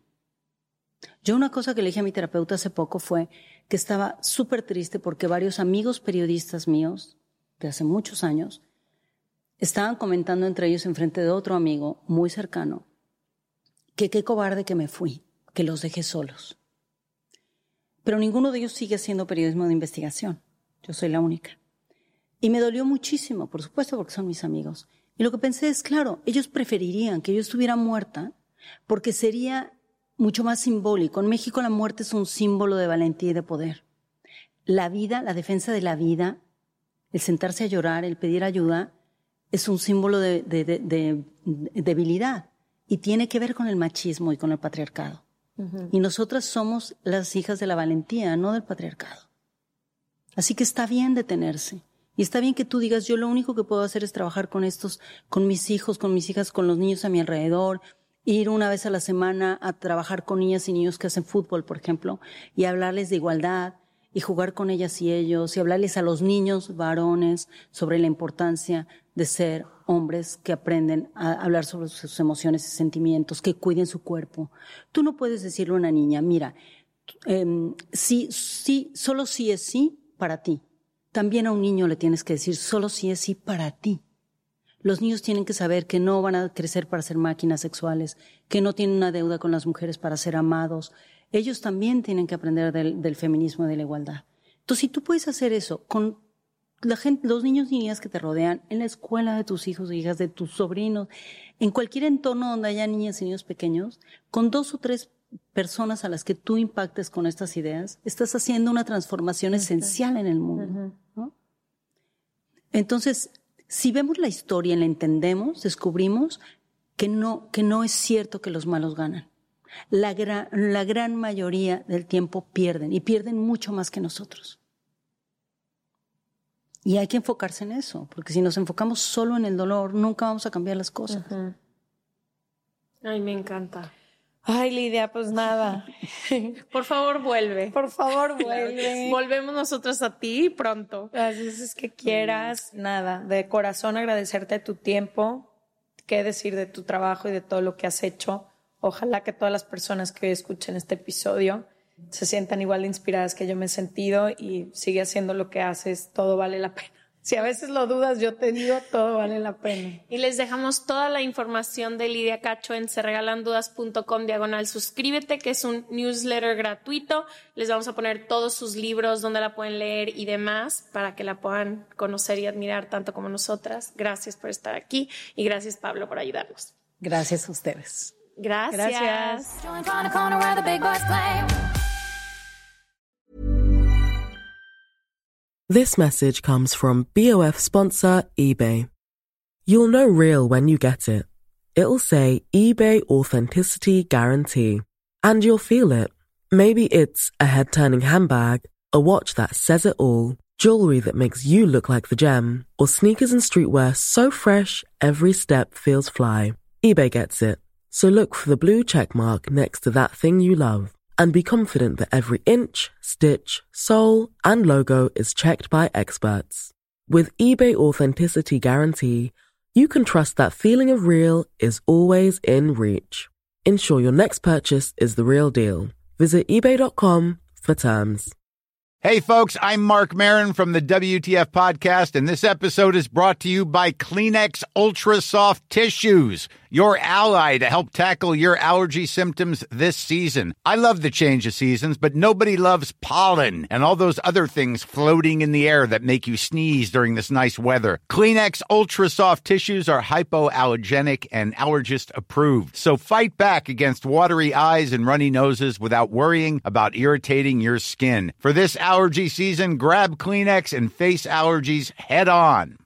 Yo una cosa que le dije a mi terapeuta hace poco fue que estaba súper triste porque varios amigos periodistas míos de hace muchos años estaban comentando entre ellos enfrente de otro amigo muy cercano que qué cobarde que me fui, que los dejé solos. Pero ninguno de ellos sigue haciendo periodismo de investigación. Yo soy la única. Y me dolió muchísimo, por supuesto, porque son mis amigos. Y lo que pensé es, claro, ellos preferirían que yo estuviera muerta porque sería mucho más simbólico. En México la muerte es un símbolo de valentía y de poder. La vida, la defensa de la vida, el sentarse a llorar, el pedir ayuda, es un símbolo de, de, de, de, de debilidad y tiene que ver con el machismo y con el patriarcado. Uh-huh. Y nosotras somos las hijas de la valentía, no del patriarcado. Así que está bien detenerse. Y está bien que tú digas, yo lo único que puedo hacer es trabajar con estos, con mis hijos, con mis hijas, con los niños a mi alrededor, ir una vez a la semana a trabajar con niñas y niños que hacen fútbol, por ejemplo, y hablarles de igualdad y jugar con ellas y ellos y hablarles a los niños varones sobre la importancia de ser hombres que aprenden a hablar sobre sus emociones y sentimientos, que cuiden su cuerpo. Tú no puedes decirle a una niña, mira, eh, sí, sí, solo sí es sí para ti. También a un niño le tienes que decir, solo sí es sí para ti. Los niños tienen que saber que no van a crecer para ser máquinas sexuales, que no tienen una deuda con las mujeres para ser amados. Ellos también tienen que aprender del, del feminismo y de la igualdad. Entonces, si tú puedes hacer eso con la gente, los niños y niñas que te rodean, en la escuela de tus hijos e hijas, de tus sobrinos, en cualquier entorno donde haya niñas y niños pequeños, con dos o tres personas a las que tú impactes con estas ideas, estás haciendo una transformación esencial en el mundo, ¿no? Entonces, si vemos la historia y la entendemos, descubrimos que no, que no es cierto que los malos ganan. La gran, la gran mayoría del tiempo pierden, y pierden mucho más que nosotros. Y hay que enfocarse en eso, porque si nos enfocamos solo en el dolor, nunca vamos a cambiar las cosas. Uh-huh. Ay, me encanta. Ay, Lidia, pues nada. Por favor, vuelve. Por favor, vuelve. Volvemos nosotros a ti pronto. Las veces que quieras. Nada, de corazón agradecerte tu tiempo, qué decir de tu trabajo y de todo lo que has hecho. Ojalá que todas las personas que escuchen este episodio se sientan igual de inspiradas que yo me he sentido y sigue haciendo lo que haces, todo vale la pena. Si a veces lo dudas, yo te digo, todo vale la pena. Y les dejamos toda la información de Lidia Cacho en serregalandudas.com diagonal suscríbete, que es un newsletter gratuito. Les vamos a poner todos sus libros, donde la pueden leer y demás, para que la puedan conocer y admirar tanto como nosotras. Gracias por estar aquí y gracias, Pablo, por ayudarnos. Gracias a ustedes. Gracias. Gracias. This message comes from B O F sponsor eBay. You'll know real when you get it. It'll say eBay Authenticity Guarantee. And you'll feel it. Maybe it's a head-turning handbag, a watch that says it all, jewelry that makes you look like the gem, or sneakers and streetwear so fresh every step feels fly. eBay gets it. So look for the blue check mark next to that thing you love. And be confident that every inch, stitch, sole, and logo is checked by experts. With eBay Authenticity Guarantee, you can trust that feeling of real is always in reach. Ensure your next purchase is the real deal. Visit ebay dot com for terms. Hey, folks, I'm Mark Maron from the W T F Podcast, and this episode is brought to you by Kleenex Ultra Soft Tissues, your ally to help tackle your allergy symptoms this season. I love the change of seasons, but nobody loves pollen and all those other things floating in the air that make you sneeze during this nice weather. Kleenex Ultra Soft Tissues are hypoallergenic and allergist approved. So fight back against watery eyes and runny noses without worrying about irritating your skin. For this allergy season, grab Kleenex and face allergies head on.